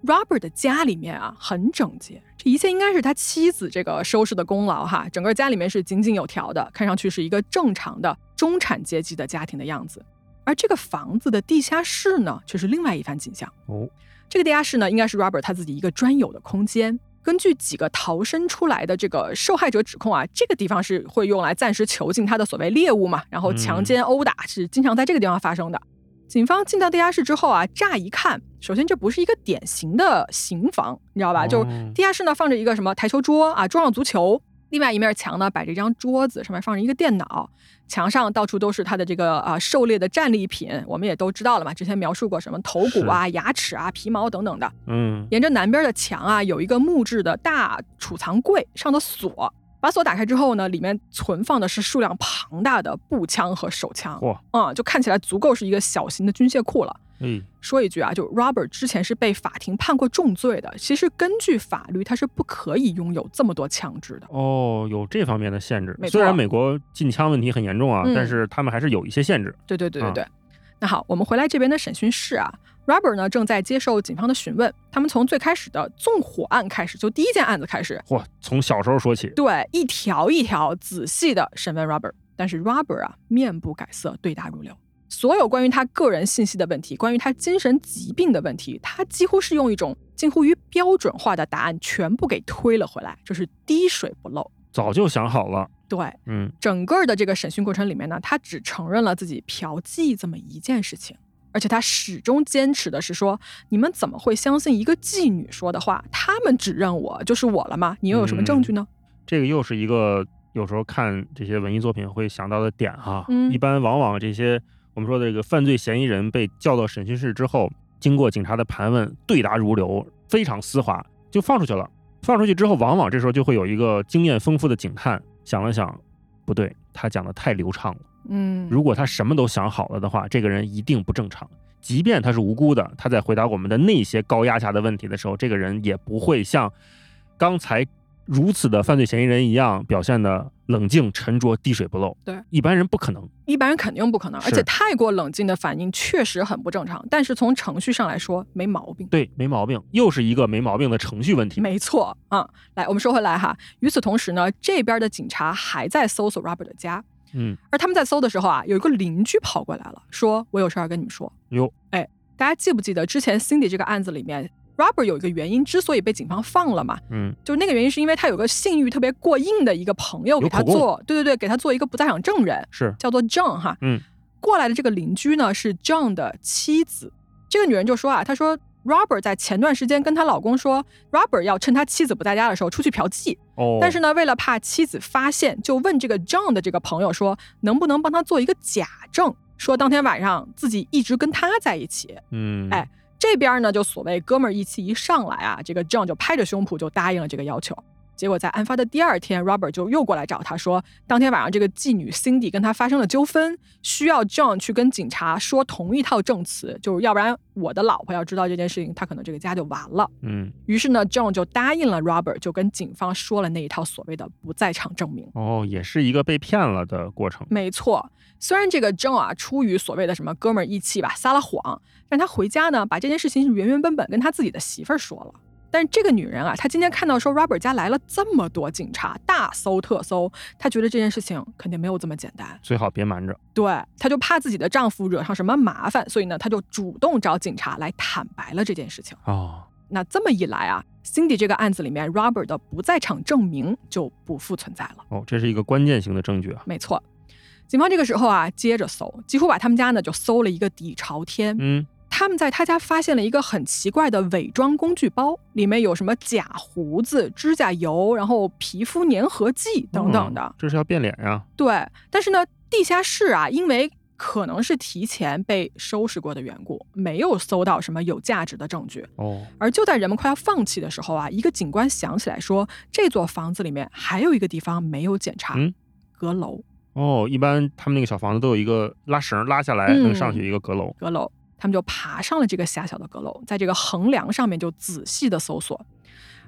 Robert 的家里面啊很整洁，这一切应该是他妻子这个收拾的功劳哈。整个家里面是井井有条的，看上去是一个正常的中产阶级的家庭的样子。而这个房子的地下室呢，却是另外一番景象。 哦， 这个地下室呢，应该是 Robert 他自己一个专有的空间。根据几个逃生出来的这个受害者指控啊，这个地方是会用来暂时囚禁他的所谓猎物嘛，然后强奸殴打是经常在这个地方发生的。警方进到地下室之后啊，乍一看，首先这不是一个典型的刑房，你知道吧？就是地下室呢放着一个什么台球桌啊，桌上足球，另外一面墙呢摆着一张桌子，上面放着一个电脑，墙上到处都是他的这个啊狩猎的战利品，我们也都知道了嘛，之前描述过什么头骨啊、牙齿啊、皮毛等等的。 嗯， 沿着南边的墙啊，有一个木质的大储藏柜，上的锁。把锁打开之后呢，里面存放的是数量庞大的步枪和手枪， 哇， 嗯，就看起来足够是一个小型的军械库了。 嗯， 说一句啊，就 Robert 之前是被法庭判过重罪的，其实根据法律他是不可以拥有这么多枪支的。 哦，有这方面的限制。虽然美国禁枪问题很严重啊、嗯，但是他们还是有一些限制。 对对对对对。啊、那好，我们回来这边的审讯室啊。Robert 呢正在接受警方的询问，他们从最开始的纵火案开始，就第一件案子开始， 嚯，从小时候说起， 对，一条一条仔细的审问 Robert。但是 Robert 啊面不改色，对答如流，所有关于他个人信息的问题，关于他精神疾病的问题，他几乎是用一种近乎于标准化的答案全部给推了回来，就是滴水不漏， 早就想好了。 对， 嗯， 整个的这个审讯过程里面呢，他只承认了自己嫖妓这么一件事情。而且他始终坚持的是说，你们怎么会相信一个妓女说的话？他们指认我就是我了吗？你又有什么证据呢？ 嗯、这个又是一个有时候看这些文艺作品会想到的点哈、 嗯。 一般往往这些我们说的这个犯罪嫌疑人被叫到审讯室之后，经过警察的盘问，对答如流，非常丝滑，就放出去了。放出去之后，往往这时候就会有一个经验丰富的警探想了想，不对，他讲的太流畅了。 嗯， 如果他什么都想好了的话，这个人一定不正常。即便他是无辜的，他在回答我们的那些高压下的问题的时候，这个人也不会像刚才如此的犯罪嫌疑人一样表现的冷静沉着滴水不漏。 对， 一般人不可能， 一般人肯定不可能，而且太过冷静的反应确实很不正常。但是从程序上来说，没毛病。 对，没毛病，又是一个没毛病的程序问题。 没错，嗯，来，我们说回来哈。与此同时呢，这边的警察还在搜索 Robert 的家。 嗯， 而他们在搜的时候啊，有一个邻居跑过来了，说我有事儿跟你们说。 哟， 哎，大家记不记得之前 Cindy 这个案子里面 Robert 有一个原因之所以被警方放了嘛？ 嗯， 就是那个原因是因为他有个性欲特别过硬的一个朋友给他做，对对对，给他做一个不在场证人， 是叫做 John 哈。 嗯， 过来的这个邻居呢是 John 的妻子，这个女人就说啊，她说Robert 在前段时间跟她老公说 Robert 要趁他妻子不在家的时候出去嫖妓、 哦、 但是呢为了怕妻子发现，就问这个 John 的这个朋友说能不能帮他做一个假证，说当天晚上自己一直跟他在一起。 嗯， 哎，这边呢就所谓哥们儿义气一上来啊，这个 John 就拍着胸脯就答应了这个要求。结果在案发的第二天 Robert 就又过来找他说，当天晚上这个妓女 Cindy 跟他发生了纠纷，需要 John 去跟警察说同一套证词，就是要不然我的老婆要知道这件事情，他可能这个家就完了。 嗯， 于是呢 John 就答应了 Robert， 就跟警方说了那一套所谓的不在场证明。 哦，也是一个被骗了的过程。 没错，虽然这个 John 啊出于所谓的什么哥们儿义气吧撒了谎，但他回家呢把这件事情原原本本跟他自己的媳妇儿说了。但这个女人啊，她今天看到说 Robert 家来了这么多警察，大搜特搜，她觉得这件事情肯定没有这么简单， 最好别瞒着。 对，她就怕自己的丈夫惹上什么麻烦，所以呢，她就主动找警察来坦白了这件事情。 哦， 那这么一来啊 ，Cindy 这个案子里面 Robert 的不在场证明就不复存在了。 哦，这是一个关键性的证据啊。 没错，警方这个时候啊，接着搜，几乎把他们家呢就搜了一个底朝天。 嗯。 他们在他家发现了一个很奇怪的伪装工具包，里面有什么假胡子、指甲油，然后皮肤粘合剂等等的、 嗯、这是要变脸呀。 对，但是呢地下室啊，因为可能是提前被收拾过的缘故，没有搜到什么有价值的证据。 哦， 而就在人们快要放弃的时候啊，一个警官想起来说，这座房子里面还有一个地方没有检查、嗯、阁楼。 哦，一般他们那个小房子都有一个拉绳拉下来、嗯、能上去一个阁楼。 阁楼，他们就爬上了这个狭小的阁楼，在这个横梁上面就仔细的搜索。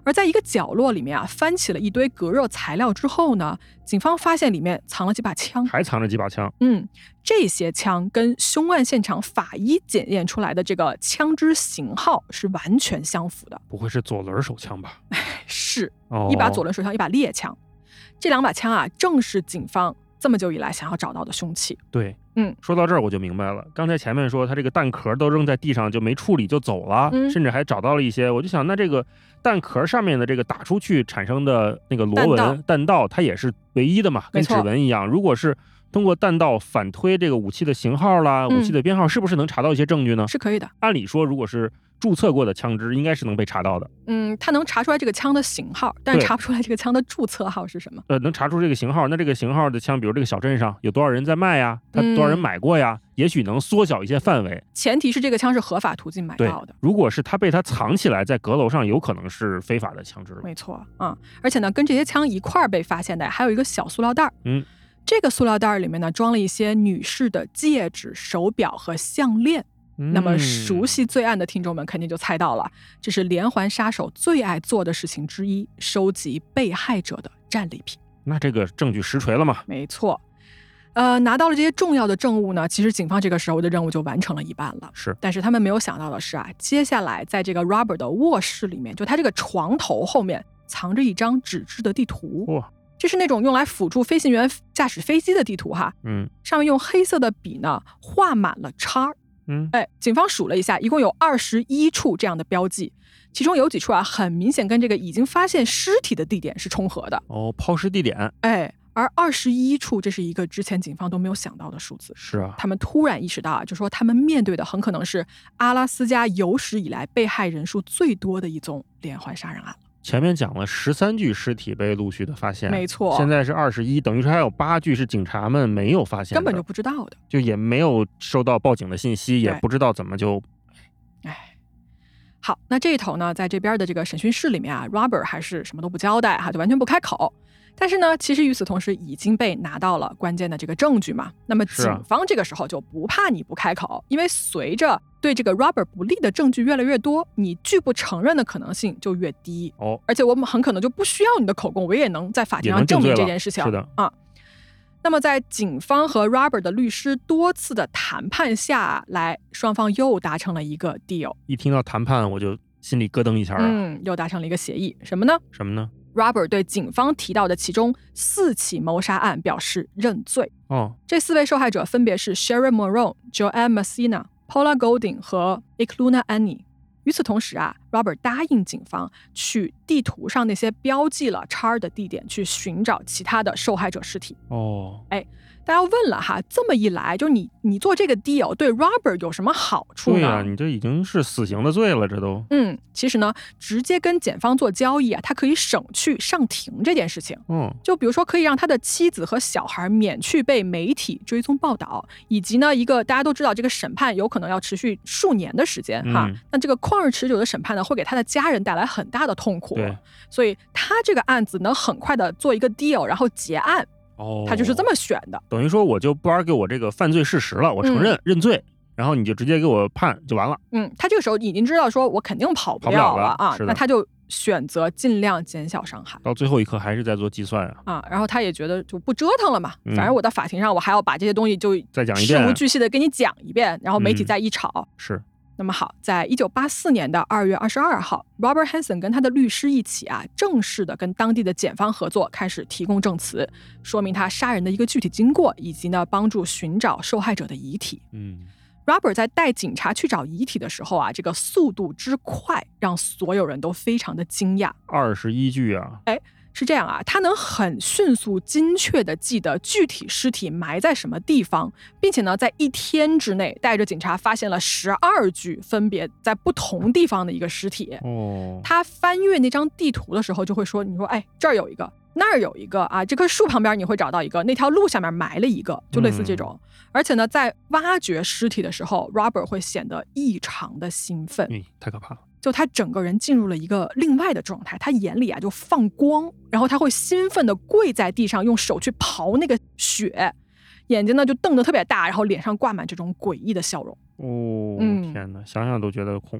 而在一个角落里面啊，翻起了一堆隔热材料之后呢，警方发现里面藏了几把枪， 还藏着几把枪。 嗯，这些枪跟凶案现场法医检验出来的这个枪支型号是完全相符的。 不会是左轮手枪吧？ 是、 哦、 一把左轮手枪，一把猎枪。这两把枪啊，正是警方这么久以来想要找到的凶器。 对， 嗯， 说到这儿我就明白了。刚才前面说他这个弹壳都扔在地上就没处理就走了、嗯、甚至还找到了一些，我就想那这个弹壳上面的这个打出去产生的那个螺纹弹道, 弹道它也是唯一的嘛，跟指纹一样。如果是通过弹道反推这个武器的型号啦、嗯、武器的编号，是不是能查到一些证据呢？ 是可以的。 按理说如果是注册过的枪支应该是能被查到的。 嗯，他能查出来这个枪的型号，但是查不出来这个枪的注册号是什么。 呃，能查出这个型号，那这个型号的枪比如这个小镇上有多少人在卖呀，他多少人买过呀、嗯、也许能缩小一些范围。 前提是这个枪是合法途径买到的。 如果是他被他藏起来在阁楼上，有可能是非法的枪支了。 没错，嗯，而且呢跟这些枪一块儿被发现的还有一个小塑料袋。 嗯， 这个塑料袋里面呢装了一些女士的戒指、手表和项链。那么熟悉罪案的听众们肯定就猜到了，这是连环杀手最爱做的事情之一，收集被害者的战利品。 那这个证据实锤了吗？ 没错。呃，拿到了这些重要的证物呢，其实警方这个时候的任务就完成了一半了。 是， 但是他们没有想到的是啊，接下来在这个 Robert 的卧室里面，就他这个床头后面藏着一张纸质的地图。 哇， 这是那种用来辅助飞行员驾驶飞机的地图哈。 嗯， 上面用黑色的笔呢画满了叉。 嗯， 哎，警方数了一下，一共有二十一处这样的标记，其中有几处啊，很明显跟这个已经发现尸体的地点是重合的。 哦，抛尸地点。 哎，而二十一处，这是一个之前警方都没有想到的数字。 是啊， 他们突然意识到啊，就说他们面对的很可能是阿拉斯加有史以来被害人数最多的一宗连环杀人案了。 前面讲了十三具尸体被陆续的发现， 没错， 现在是二十一，等于说还有八具是警察们没有发现的， 根本就不知道的， 就也没有收到报警的信息，也不知道怎么就， 哎，好，那这一头呢，在这边的这个审讯室里面啊 ，Robert 还是什么都不交代哈，就完全不开口。但是呢，其实与此同时已经被拿到了关键的这个证据嘛。那么警方这个时候就不怕你不开口，因为随着对这个 Robert 不利的证据越来越多，你拒不承认的可能性就越低。 哦， 而且我们很可能就不需要你的口供，我也能在法庭上证明这件事情。 是的啊。那么在警方和 Robert 的律师多次的谈判下来，双方又达成了一个 deal。 一听到谈判，我就心里咯噔一下啊。 嗯，又达成了一个协议，什么呢？ 什么呢 ？Robert 对警方提到的其中四起谋杀案表示认罪。 哦， 这四位受害者分别是 Sharon Moron、Joanne Messina、Paula Golding 和 Ikluna Annie。与此同时啊 ，Robert 答应警方去地图上那些标记了叉的地点去寻找其他的受害者尸体。 哦， 哎。大家问了哈，这么一来，就你你做这个 deal 对 Robert 有什么好处呢？ 对啊，你这已经是死刑的罪了，这都。 嗯，其实呢，直接跟检方做交易啊，他可以省去上庭这件事情。 嗯， 就比如说可以让他的妻子和小孩免去被媒体追踪报道，以及呢一个大家都知道这个审判有可能要持续数年的时间哈、 嗯， 那这个旷日持久的审判呢，会给他的家人带来很大的痛苦。 对， 所以他这个案子能很快的做一个 deal， 然后结案。 哦， 他就是这么选的， 等于说我就不 argue我这个犯罪事实了，我承认、嗯、认罪，然后你就直接给我判就完了。 嗯，他这个时候已经知道说我肯定跑不了了啊，那他就选择尽量减小伤害。 到最后一刻还是在做计算啊。 啊，然后他也觉得就不折腾了嘛，嗯、反正我到法庭上我还要把这些东西就再讲一遍， 事无巨细的给你讲一遍，然后媒体再一吵。 嗯、是。 那么好，在一九八四年的二月二十二号 ，Robert Hansen 跟他的律师一起啊，正式的跟当地的检方合作，开始提供证词，说明他杀人的一个具体经过，以及呢帮助寻找受害者的遗体。 嗯 ，Robert 在带警察去找遗体的时候啊，这个速度之快，让所有人都非常的惊讶。 二十一具啊！ 哎。是这样啊，他能很迅速精确的记得具体尸体埋在什么地方，并且呢在一天之内带着警察发现了十二具分别在不同地方的一个尸体。 哦， 他翻阅那张地图的时候就会说，你说哎这儿有一个，那儿有一个啊，这棵树旁边你会找到一个，那条路下面埋了一个，就类似这种、嗯、而且呢在挖掘尸体的时候 Robert 会显得异常的兴奋。 嗯，太可怕了， 就他整个人进入了一个另外的状态，他眼里啊就放光，然后他会兴奋的跪在地上，用手去刨那个血，眼睛呢就瞪得特别大，然后脸上挂满这种诡异的笑容。 哦， 嗯， 天哪，想想都觉得恐怖。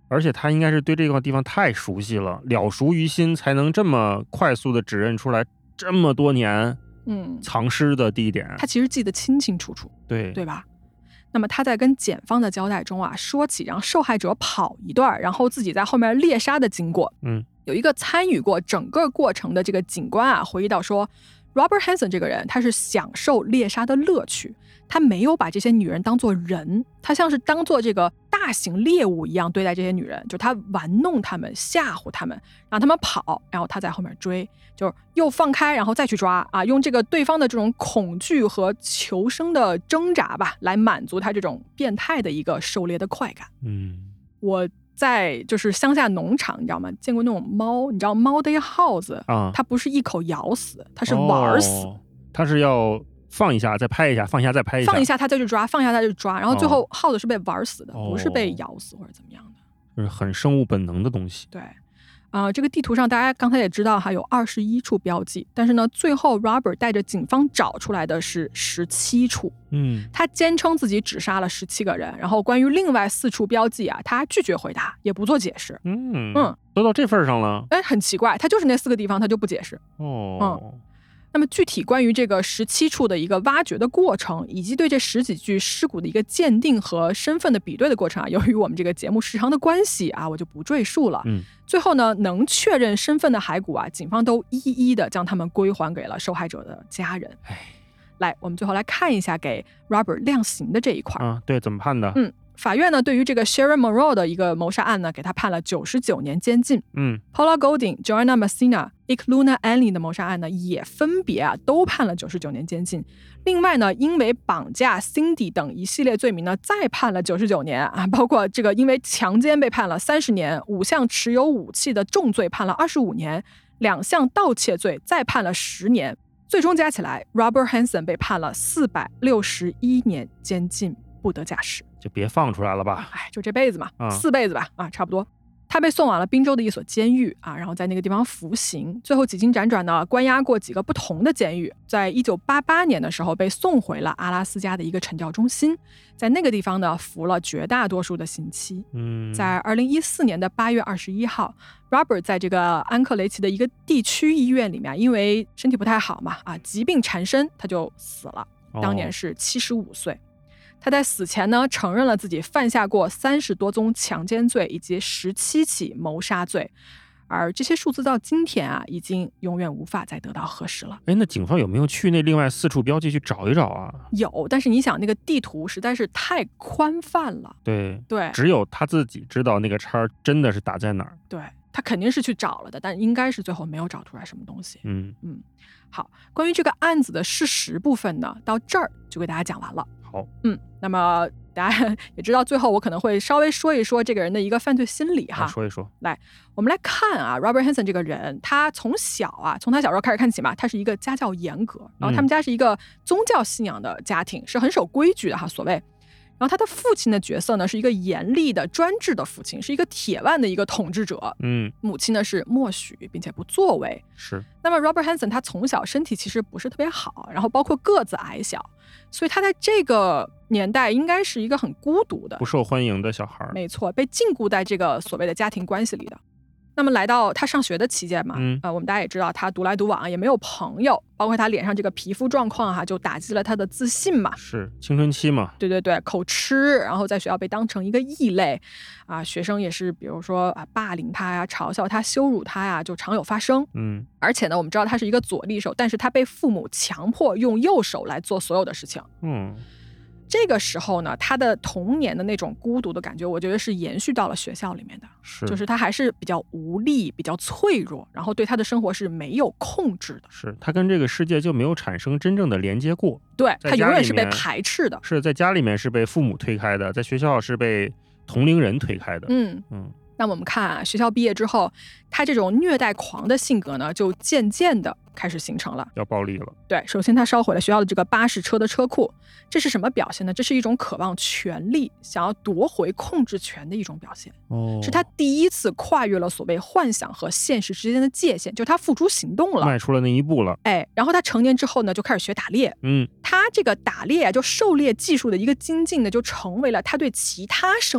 而且他应该是对这个地方太熟悉了，了熟于心，才能这么快速的指认出来这么多年嗯藏尸的地点。 他其实记得清清楚楚， 对对吧？那么他在跟检方的交代中啊，说起让受害者跑一段，然后自己在后面猎杀的经过。 嗯， 有一个参与过整个过程的这个警官啊，回忆到说 ，Robert Hansen 这个人他是享受猎杀的乐趣，他没有把这些女人当作人，他像是当作这个大型猎物一样对待这些女人，就他玩弄他们，吓唬他们，让他们跑，然后他在后面追，就是又放开，然后再去抓啊，用这个对方的这种恐惧和求生的挣扎吧，来满足他这种变态的一个狩猎的快感。 嗯， 我在就是乡下农场，你知道吗？见过那种猫，你知道猫的耗子啊，它不是一口咬死，它是玩死， 哦、它是要放一下再拍一下，放一下再拍一下， 放一下它再去抓，放一下它就抓，然后最后耗子是被玩死的，哦、不是被咬死或者怎么样的， 就是很生物本能的东西。 对。啊、呃，这个地图上大家刚才也知道哈，有二十一处标记，但是呢，最后 Robert 带着警方找出来的是十七处。 嗯， 他坚称自己只杀了十七个人，然后关于另外四处标记啊，他拒绝回答，也不做解释。 嗯嗯，都到这份上了， 哎，很奇怪，他就是那四个地方，他就不解释。 哦， 嗯。那么具体关于这个十七处的一个挖掘的过程，以及对这十几具尸骨的一个鉴定和身份的比对的过程啊，由于我们这个节目时长的关系啊，我就不赘述了。 嗯， 最后呢，能确认身份的骸骨啊，警方都一一的将他们归还给了受害者的家人。 哎， 来，我们最后来看一下给 Robert 量刑的这一块。 啊，对，怎么判的？ 嗯。法院呢，对于这个 Sharon Monroe 的一个谋杀案呢，给他判了九十九年监禁。 嗯 ，Paula Golding、Joanna Messina、Ikluna Anley 的谋杀案呢，也分别啊都判了九十九年监禁。另外呢，因为绑架 Cindy 等一系列罪名呢，再判了九十九年啊，包括这个因为强奸被判了三十年，五项持有武器的重罪判了二十五年，两项盗窃罪再判了十年，最终加起来 ，Robert Hansen 被判了四百六十一年监禁，不得假释。 就别放出来了吧， 哎，就这辈子嘛， 嗯、 四辈子吧，啊，差不多。他被送往了宾州的一所监狱啊，然后在那个地方服刑，最后几经辗转呢，关押过几个不同的监狱，在一九八八年的时候被送回了阿拉斯加的一个惩教中心，在那个地方呢服了绝大多数的刑期。 嗯， 在二零一四年的八月二十一号 ，Robert 在这个安克雷奇的一个地区医院里面，因为身体不太好嘛，啊，疾病缠身，他就死了，当年是七十五岁。他在死前呢，承认了自己犯下过三十多宗强奸罪以及十七起谋杀罪，而这些数字到今天啊，已经永远无法再得到核实了。 哎，那警方有没有去那另外四处标记去找一找啊？ 有，但是你想，那个地图实在是太宽泛了。 对对， 只有他自己知道那个叉真的是打在哪儿。 对，他肯定是去找了的，但应该是最后没有找出来什么东西。 嗯嗯，好，关于这个案子的事实部分呢，到这儿就给大家讲完了。 好， 嗯，那么大家也知道，最后我可能会稍微说一说这个人的一个犯罪心理哈。 说一说。 来，我们来看啊 ，Robert Hansen 这个人，他从小啊，从他小时候开始看起嘛，他是一个家教严格，然后他们家是一个宗教信仰的家庭，是很守规矩的哈，所谓。然后他的父亲的角色呢，是一个严厉的专制的父亲，是一个铁腕的一个统治者。 嗯， 母亲呢是默许并且不作为。 是。 那么 Robert Hansen 他从小身体其实不是特别好，然后包括个子矮小，所以他在这个年代应该是一个很孤独的、 不受欢迎的小孩。 没错，被禁锢在这个所谓的家庭关系里的。那么来到他上学的期间嘛， 嗯， 呃，我们大家也知道他独来独往，也没有朋友，包括他脸上这个皮肤状况哈、啊，就打击了他的自信嘛。 是青春期嘛？ 对对对，口吃，然后在学校被当成一个异类，啊，学生也是，比如说啊，霸凌他呀，嘲笑他，羞辱他呀，就常有发生。 嗯， 而且呢，我们知道他是一个左利手，但是他被父母强迫用右手来做所有的事情。 嗯。 这个时候呢，他的童年的那种孤独的感觉，我觉得是延续到了学校里面的， 是， 就是他还是比较无力、比较脆弱，然后对他的生活是没有控制的。 是他跟这个世界就没有产生真正的连接过， 对，他永远是被排斥的。 是在家里面是被父母推开的，在学校是被同龄人推开的。 嗯嗯。那我们看啊，学校毕业之后，他这种虐待狂的性格呢，就渐渐的开始形成了， 要暴力了。 对，首先他烧毁了学校的这个巴士车的车库，这是什么表现呢？这是一种渴望权力、想要夺回控制权的一种表现。 哦， 是他第一次跨越了所谓幻想和现实之间的界限，就他付诸行动了， 迈出了那一步了。 哎，然后他成年之后呢，就开始学打猎。 嗯， 他这个打猎啊，就狩猎技术的一个精进呢，就成为了他对其他生物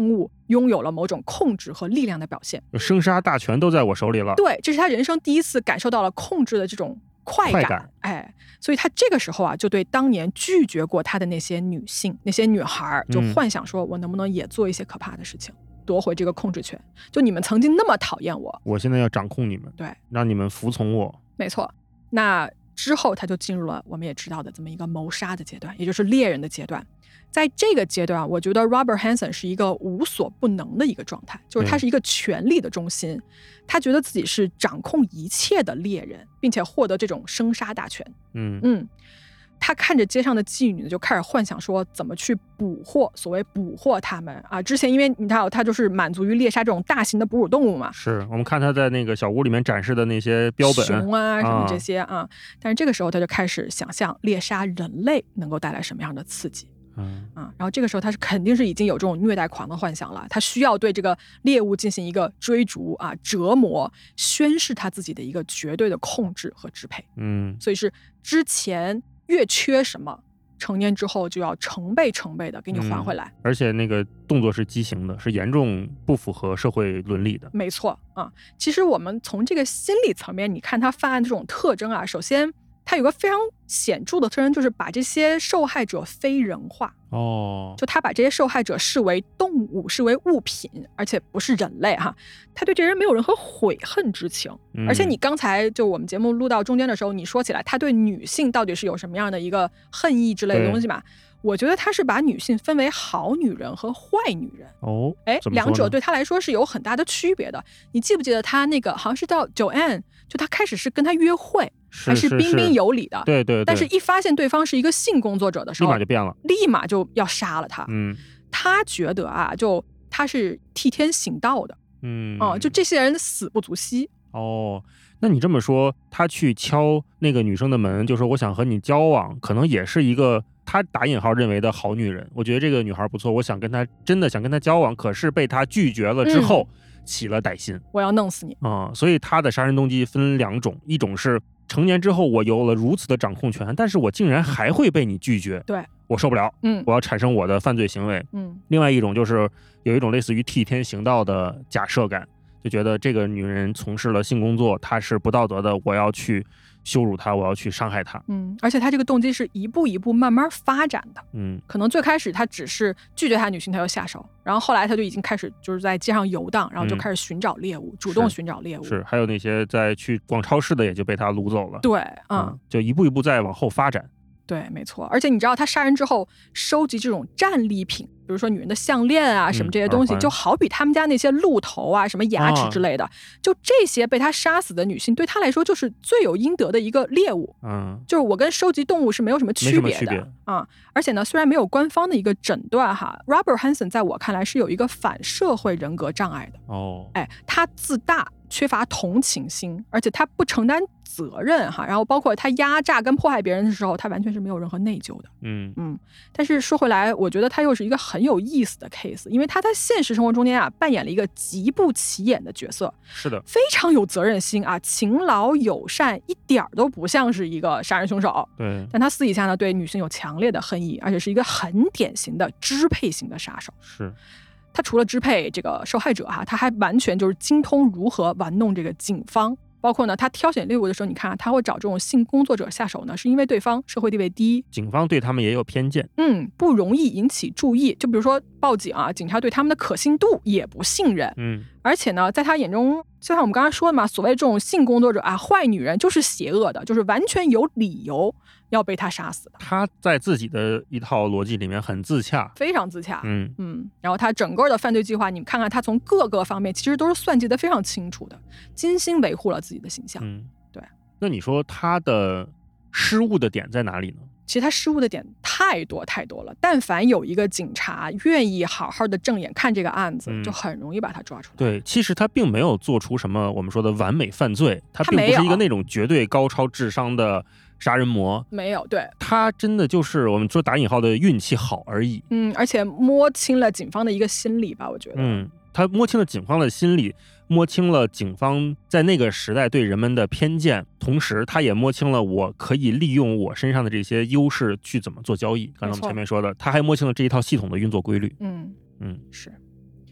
拥有了某种控制和力量的表现， 生杀大权都在我手里了。 对，这是他人生第一次感受到了控制的这种快感， 快感哎，所以他这个时候啊，就对当年拒绝过他的那些女性、那些女孩，就幻想说，我能不能也做一些可怕的事情，嗯、夺回这个控制权？就你们曾经那么讨厌我， 我现在要掌控你们， 对， 让你们服从我。 没错。那之后他就进入了我们也知道的这么一个谋杀的阶段，也就是猎人的阶段。在这个阶段，我觉得 Robert Hansen 是一个无所不能的一个状态，就是他是一个权力的中心，他觉得自己是掌控一切的猎人，并且获得这种生杀大权。 嗯嗯，他看着街上的妓女就开始幻想说怎么去捕获，所谓捕获他们啊。之前因为你看他就是满足于猎杀这种大型的哺乳动物嘛， 是我们看他在那个小屋里面展示的那些标本， 熊啊什么这些 啊, 啊，但是这个时候他就开始想象猎杀人类能够带来什么样的刺激。 嗯啊，然后这个时候他是肯定是已经有这种虐待狂的幻想了，他需要对这个猎物进行一个追逐啊、折磨，宣示他自己的一个绝对的控制和支配。 嗯， 所以是之前越缺什么，成年之后就要成倍成倍的给你还回来、嗯。 而且那个动作是畸形的，是严重不符合社会伦理的。 没错啊，其实我们从这个心理层面，你看他犯案这种特征啊，首先它有个非常显著的特征，就是把这些受害者非人化。 哦， 就他把这些受害者视为动物，视为物品，而且不是人类哈。他对这人没有任何悔恨之情、嗯、而且你刚才就我们节目录到中间的时候，你说起来他对女性到底是有什么样的一个恨意之类的东西嘛？我觉得他是把女性分为好女人和坏女人。 哦， 哎，两者对他来说是有很大的区别的。你记不记得他那个好像是叫 Joanne， 就他开始是跟他约会， 是还是彬彬有礼的， 对 对, 对。 但是一发现对方是一个性工作者的时候， 立马就变了， 立马就要杀了他。 嗯， 他觉得啊，就他是替天行道的， 嗯， 哦，就这些人死不足惜。 哦，那你这么说，他去敲那个女生的门，就说我想和你交往，可能也是一个他打引号认为的好女人。我觉得这个女孩不错，我想跟她真的想跟她交往，可是被她拒绝了之后、嗯、起了歹心， 我要弄死你啊、嗯！所以他的杀人动机分两种，一种是成年之后我有了如此的掌控权，但是我竟然还会被你拒绝， 对， 我受不了， 嗯， 我要产生我的犯罪行为， 嗯。 另外一种就是有一种类似于替天行道的假设感。就觉得这个女人从事了性工作，她是不道德的，我要去羞辱她，我要去伤害她。 嗯，而且她这个动机是一步一步慢慢发展的。 嗯， 可能最开始她只是拒绝她女性，她就下手，然后后来她就已经开始就是在街上游荡，然后就开始寻找猎物，嗯、主动寻找猎物。 是，还有那些在去逛超市的也就被她掳走了。 对，嗯， 嗯就一步一步在往后发展。 对，没错。而且你知道，他杀人之后收集这种战利品，比如说女人的项链啊，什么这些东西， 嗯、 就好比他们家那些鹿头啊，什么牙齿之类的，啊、就这些被他杀死的女性，对他来说就是罪有应得的一个猎物。 嗯， 就是我跟收集动物是没有什么区别的啊、嗯。而且呢，虽然没有官方的一个诊断哈 ，Robert Hansen 在我看来是有一个反社会人格障碍的。 哦， 哎，他自大。缺乏同情心，而且他不承担责任哈，然后包括他压榨跟迫害别人的时候，他完全是没有任何内疚的。 嗯嗯，但是说回来，我觉得他又是一个很有意思的 case， 因为他在现实生活中间啊，扮演了一个极不起眼的角色。 是的， 非常有责任心啊，勤劳友善，一点都不像是一个杀人凶手。 对， 但他私底下呢，对女性有强烈的恨意，而且是一个很典型的支配型的杀手。 是。 他除了支配这个受害者哈，他还完全就是精通如何玩弄这个警方，包括呢，他挑选猎物的时候，你看他会找这种性工作者下手呢，是因为对方社会地位低， 警方对他们也有偏见， 嗯，不容易引起注意。就比如说报警啊，警察对他们的可信度也不信任， 嗯， 而且呢，在他眼中，就像我们刚才说的嘛，所谓这种性工作者啊，坏女人就是邪恶的，就是完全有理由要被他杀死的。 他在自己的一套逻辑里面很自洽， 非常自洽。 嗯嗯，然后他整个的犯罪计划，你看看他从各个方面其实都是算计得非常清楚的，精心维护了自己的形象。 嗯， 对。 那你说他的失误的点在哪里呢？ 其实他失误的点太多太多了，但凡有一个警察愿意好好的正眼看这个案子，嗯、就很容易把他抓出来。 对，其实他并没有做出什么我们说的完美犯罪，他并不是一个那种绝对高超智商的杀人魔， 没有，对， 他真的就是我们说打引号的运气好而已。 嗯，而且摸清了警方的一个心理吧，我觉得。 嗯，他摸清了警方的心理，摸清了警方在那个时代对人们的偏见，同时他也摸清了我可以利用我身上的这些优势去怎么做交易。刚才我们前面说的，他还摸清了这一套系统的运作规律。 嗯嗯， 是。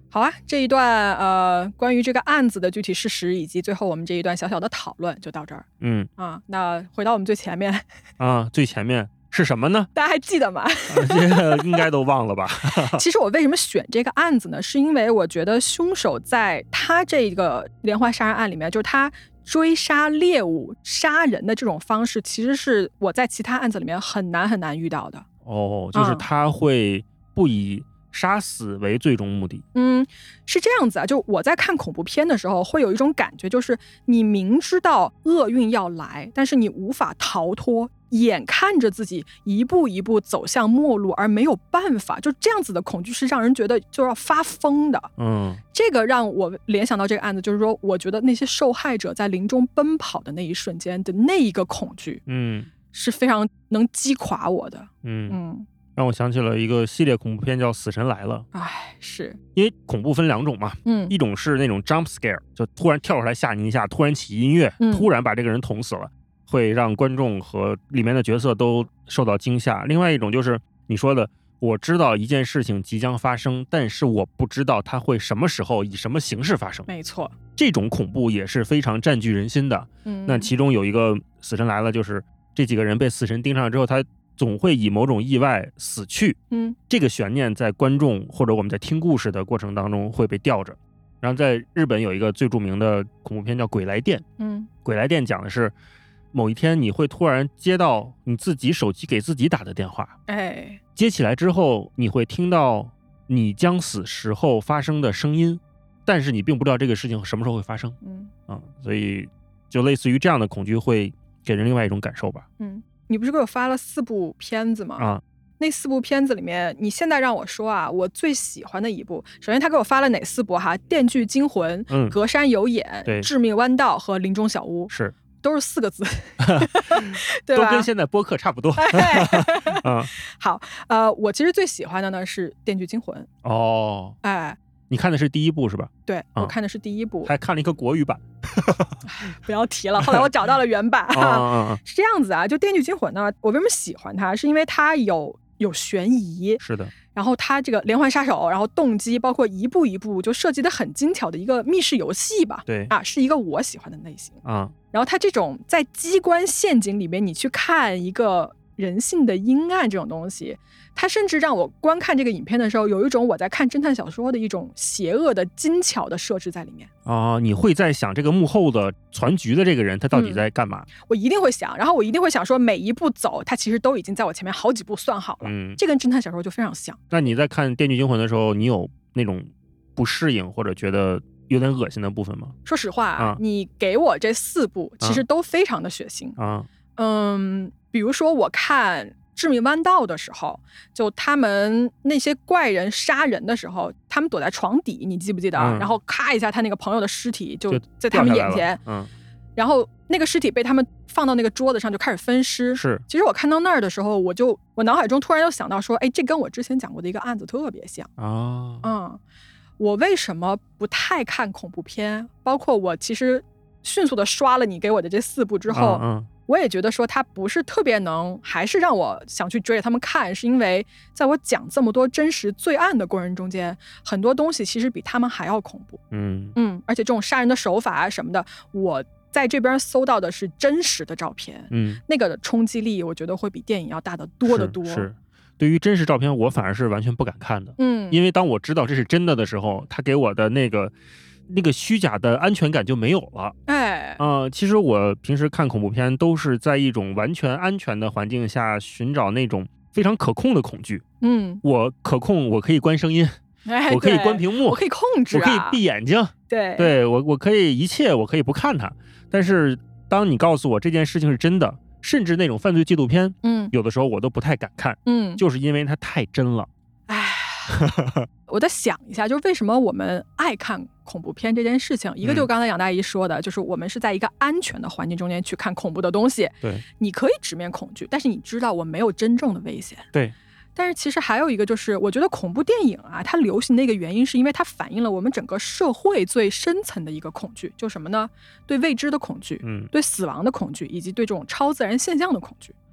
好啊，这一段呃关于这个案子的具体事实，以及最后我们这一段小小的讨论就到这儿。 嗯啊，那回到我们最前面啊，最前面是什么呢？ 大家还记得吗？ 这应该都忘了吧。 其实我为什么选这个案子呢？是因为我觉得凶手在他这个连环杀人案里面，就是他追杀猎物、杀人的这种方式，其实是我在其他案子里面很难很难遇到的。 哦，就是他会不以杀死为最终目的。 嗯，是这样子啊，就我在看恐怖片的时候会有一种感觉，就是你明知道厄运要来，但是你无法逃脱，眼看着自己一步一步走向末路而没有办法，就这样子的恐惧是让人觉得就要发疯的。 嗯， 这个让我联想到这个案子，就是说我觉得那些受害者在临终奔跑的那一瞬间的那一个恐惧， 嗯， 是非常能击垮我的。 嗯嗯， 让我想起了一个系列恐怖片叫《死神来了》。 哎，是因为恐怖分两种嘛， 嗯， 一种是那种 jump scare， 就突然跳出来吓你一下，突然起音乐， 嗯、 突然把这个人捅死了，会让观众和里面的角色都受到惊吓。另外一种就是你说的，我知道一件事情即将发生，但是我不知道它会什么时候以什么形式发生。 没错， 这种恐怖也是非常占据人心的。 嗯， 那其中有一个死神来了，就是这几个人被死神盯上之后，他总会以某种意外死去。 嗯， 这个悬念在观众或者我们在听故事的过程当中会被吊着。然后在日本有一个最著名的恐怖片叫《鬼来电》。 嗯， 鬼来电讲的是某一天你会突然接到你自己手机给自己打的电话， 哎， 接起来之后你会听到你将死时候发生的声音，但是你并不知道这个事情什么时候会发生。 嗯啊，所以就类似于这样的恐惧会给人另外一种感受吧。 嗯，你不是给我发了四部片子吗？ 啊， 那四部片子里面，你现在让我说啊，我最喜欢的一部，首先他给我发了哪四部哈？《电锯惊魂》、 嗯、 隔山有眼、 对、 致命弯道和林中小屋， 是都是四个字，对吧？ 都跟现在播客差不多。嗯， 好，呃，我其实最喜欢的呢是《电锯惊魂》。 哦， 哎， 你看的是第一部是吧？ 对， 嗯、 我看的是第一部， 还看了一个国语版。 不要提了，后来我找到了原版。 哦、 是这样子啊，就《电锯惊魂》呢，我为什么喜欢它？是因为它有有悬疑， 是的。 然后它这个连环杀手，然后动机，包括一步一步就设计的很精巧的一个密室游戏吧。 对啊，是一个我喜欢的类型啊。 然后它这种在机关陷阱里面，你去看一个人性的阴暗这种东西，它甚至让我观看这个影片的时候，有一种我在看侦探小说的一种邪恶的精巧的设置在里面啊。你会在想这个幕后的攒局的这个人他到底在干嘛？ 嗯、我一定会想，然后我一定会想说，每一步走，他其实都已经在我前面好几步算好了。 嗯， 这跟侦探小说就非常像。 那你在看《电锯惊魂》的时候，你有那种不适应或者觉得有点恶心的部分吗？ 说实话啊， 啊你给我这四部其实都非常的血腥啊。 嗯，比如说我看致命弯道的时候，就他们那些怪人杀人的时候，他们躲在床底，你记不记得？ 嗯、 然后咔一下，他那个朋友的尸体就就在他们眼前， 嗯， 然后那个尸体被他们放到那个桌子上，就开始分尸。 是， 其实我看到那儿的时候，我就我脑海中突然又想到说，哎，这跟我之前讲过的一个案子特别像啊。哦、 嗯，我为什么不太看恐怖片？包括我其实迅速的刷了你给我的这四部之后。 嗯嗯， 我也觉得说他不是特别能，还是让我想去追着他们看，是因为在我讲这么多真实罪案的过程中间，很多东西其实比他们还要恐怖。 嗯嗯，而且这种杀人的手法啊什么的，我在这边搜到的是真实的照片， 嗯， 那个的冲击力我觉得会比电影要大得多得多。 是，是，对于真实照片我反而是完全不敢看的。 嗯， 因为当我知道这是真的的时候，他给我的那个那个虚假的安全感就没有了。 哎， 呃，其实我平时看恐怖片都是在一种完全安全的环境下寻找那种非常可控的恐惧。 嗯， 我可控，我可以关声音， 哎， 我可以关屏幕， 我可以控制、啊， 我可以闭眼睛， 对， 对我我可以一切，我可以不看它。但是当你告诉我这件事情是真的，甚至那种犯罪纪录片， 嗯， 有的时候我都不太敢看， 嗯， 就是因为它太真了。 哎。我再想一下，就是为什么我们爱看恐怖片这件事情，一个就是刚才杨大姨说的，嗯、就是我们是在一个安全的环境中间去看恐怖的东西。 对， 你可以直面恐惧，但是你知道我没有真正的危险。 对。 但是其实还有一个就是，我觉得恐怖电影啊，它流行的一个原因是因为它反映了我们整个社会最深层的一个恐惧，就是什么呢？对未知的恐惧， 嗯， 对死亡的恐惧，以及对这种超自然现象的恐惧。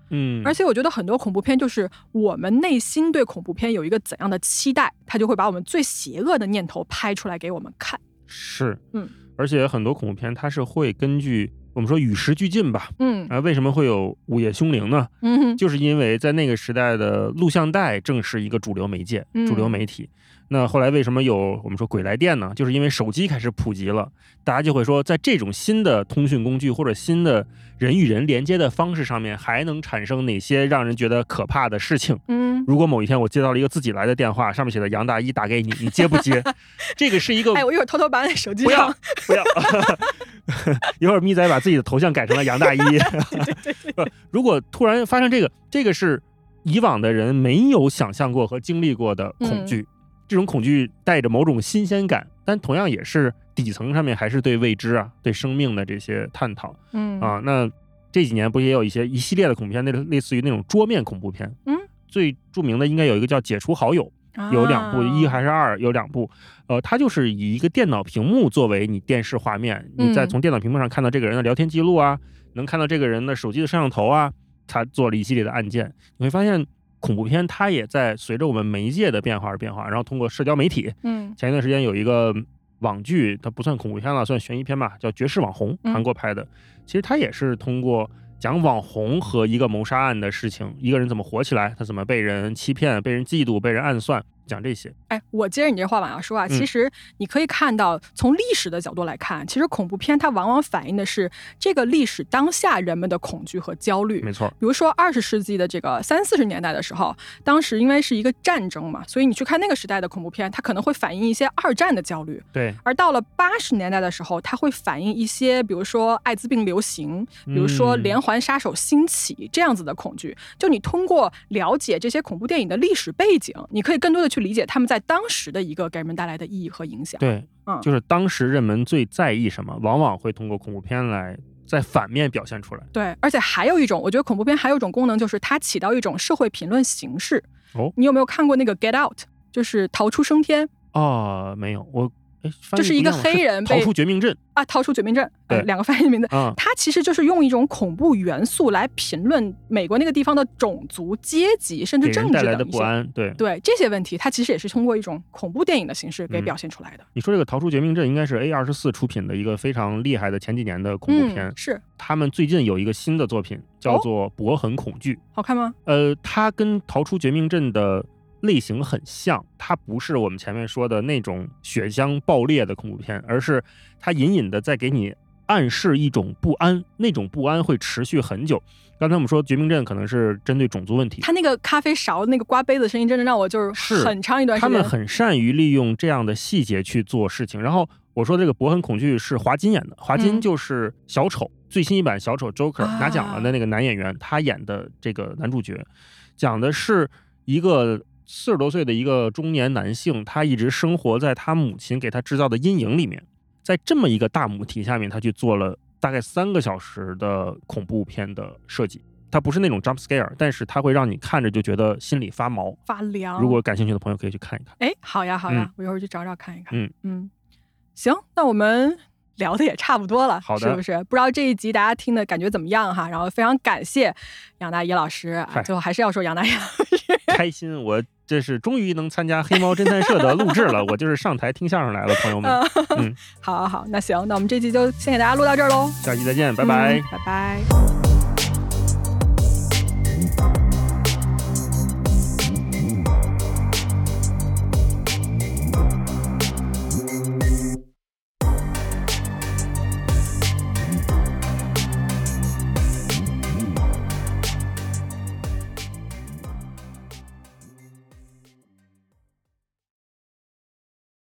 嗯，而且我觉得很多恐怖片就是我们内心对恐怖片有一个怎样的期待，它就会把我们最邪恶的念头拍出来给我们看。 是， 嗯， 而且很多恐怖片它是会根据我们说与时俱进吧， 嗯啊，为什么会有午夜凶铃呢？ 嗯， 就是因为在那个时代的录像带正是一个主流媒介、 嗯、 主流媒体。那后来为什么有我们说鬼来电呢？就是因为手机开始普及了，大家就会说，在这种新的通讯工具或者新的人与人连接的方式上面，还能产生哪些让人觉得可怕的事情？ 嗯， 如果某一天我接到了一个自己来的电话，上面写的杨大一打给你，你接不接？这个是一个， 哎，我一会儿偷偷把你手机上不要不要，一会儿咪仔把自己的头像改成了杨大一。 对对对对， 如果突然发生这个，这个是以往的人没有想象过和经历过的恐惧。嗯，这种恐惧带着某种新鲜感，但同样也是底层上面还是对未知啊、对生命的这些探讨。 嗯啊，那这几年不也有一些一系列的恐怖片，那类似于那种桌面恐怖片。 嗯， 最著名的应该有一个叫《解除好友》，有两部，一还是二，有两部。呃，它就是以一个电脑屏幕作为你电视画面，你再从电脑屏幕上看到这个人的聊天记录啊，能看到这个人的手机的摄像头啊，他做了一系列的案件，你会发现。恐怖片它也在随着我们媒介的变化而变化，然后通过社交媒体， 嗯， 前一段时间有一个网剧，它不算恐怖片了，算悬疑片吧，叫《绝世网红》，韩国拍的。嗯，其实它也是通过讲网红和一个谋杀案的事情，一个人怎么火起来，他怎么被人欺骗、被人嫉妒、被人暗算，讲这些。 哎，我接着你这话往下说啊，其实你可以看到，从历史的角度来看，其实恐怖片它往往反映的是这个历史当下人们的恐惧和焦虑。 没错， 比如说二十世纪的这个三四十年代的时候，当时因为是一个战争嘛，所以你去看那个时代的恐怖片，它可能会反映一些二战的焦虑。 对。 而到了八十年代的时候，它会反映一些，比如说艾滋病流行，比如说连环杀手兴起这样子的恐惧。就你通过了解这些恐怖电影的历史背景，你可以更多的去理解他们在当时的一个给人们带来的意义和影响。 对，嗯，就是当时人们最在意什么，往往会通过恐怖片来在反面表现出来。 对，而且还有一种，我觉得恐怖片还有一种功能，就是它起到一种社会评论形式。 哦， 你有没有看过那个 Get Out， 就是逃出升天？ 哦，没有，我。 就是一个黑人被逃出绝命镇啊，逃出绝命镇，呃，两个翻译的名字。 嗯， 他其实就是用一种恐怖元素来评论美国那个地方的种族、阶级甚至政治的不安。对对，这些问题，它其实也是通过一种恐怖电影的形式给表现出来的。 嗯，你说这个逃出绝命镇应该是 A 二十四出品的一个非常厉害的前几年的恐怖片。 嗯，是他们最近有一个新的作品叫做《跛痕恐惧》， 好看吗？ 呃，它跟逃出绝命镇的类型很像，它不是我们前面说的那种血浆爆裂的恐怖片，而是它隐隐的在给你暗示一种不安，那种不安会持续很久。刚才我们说绝命镇可能是针对种族问题， 他那个咖啡勺那个刮杯子声音真的让我就是很长一段时间， 他们很善于利用这样的细节去做事情。然后我说这个跛痕恐惧是华金演的，华金就是小丑，嗯，最新一版小丑 Joker，啊，拿奖了的那个男演员，他演的这个男主角，讲的是一个四十多岁的一个中年男性，他一直生活在他母亲给他制造的阴影里面，在这么一个大母题下面，他去做了大概三个小时的恐怖片的设计。它不是那种 jump scare， 但是它会让你看着就觉得心里发毛发凉。 如果感兴趣的朋友可以去看一看。 哎，好呀好呀， 嗯， 我一会儿去找找看一看。 嗯嗯，行，那我们聊的也差不多了， 好的， 是不是？不知道这一集大家听的感觉怎么样哈？然后非常感谢杨大一老师，啊，最后还是要说杨大一老师开心，我这是终于能参加黑猫侦探社的录制了，我就是上台听相声来了，朋友们。嗯， 好好好，那行，那我们这集就先给大家录到这儿喽， 下期再见，拜拜， 嗯，拜拜。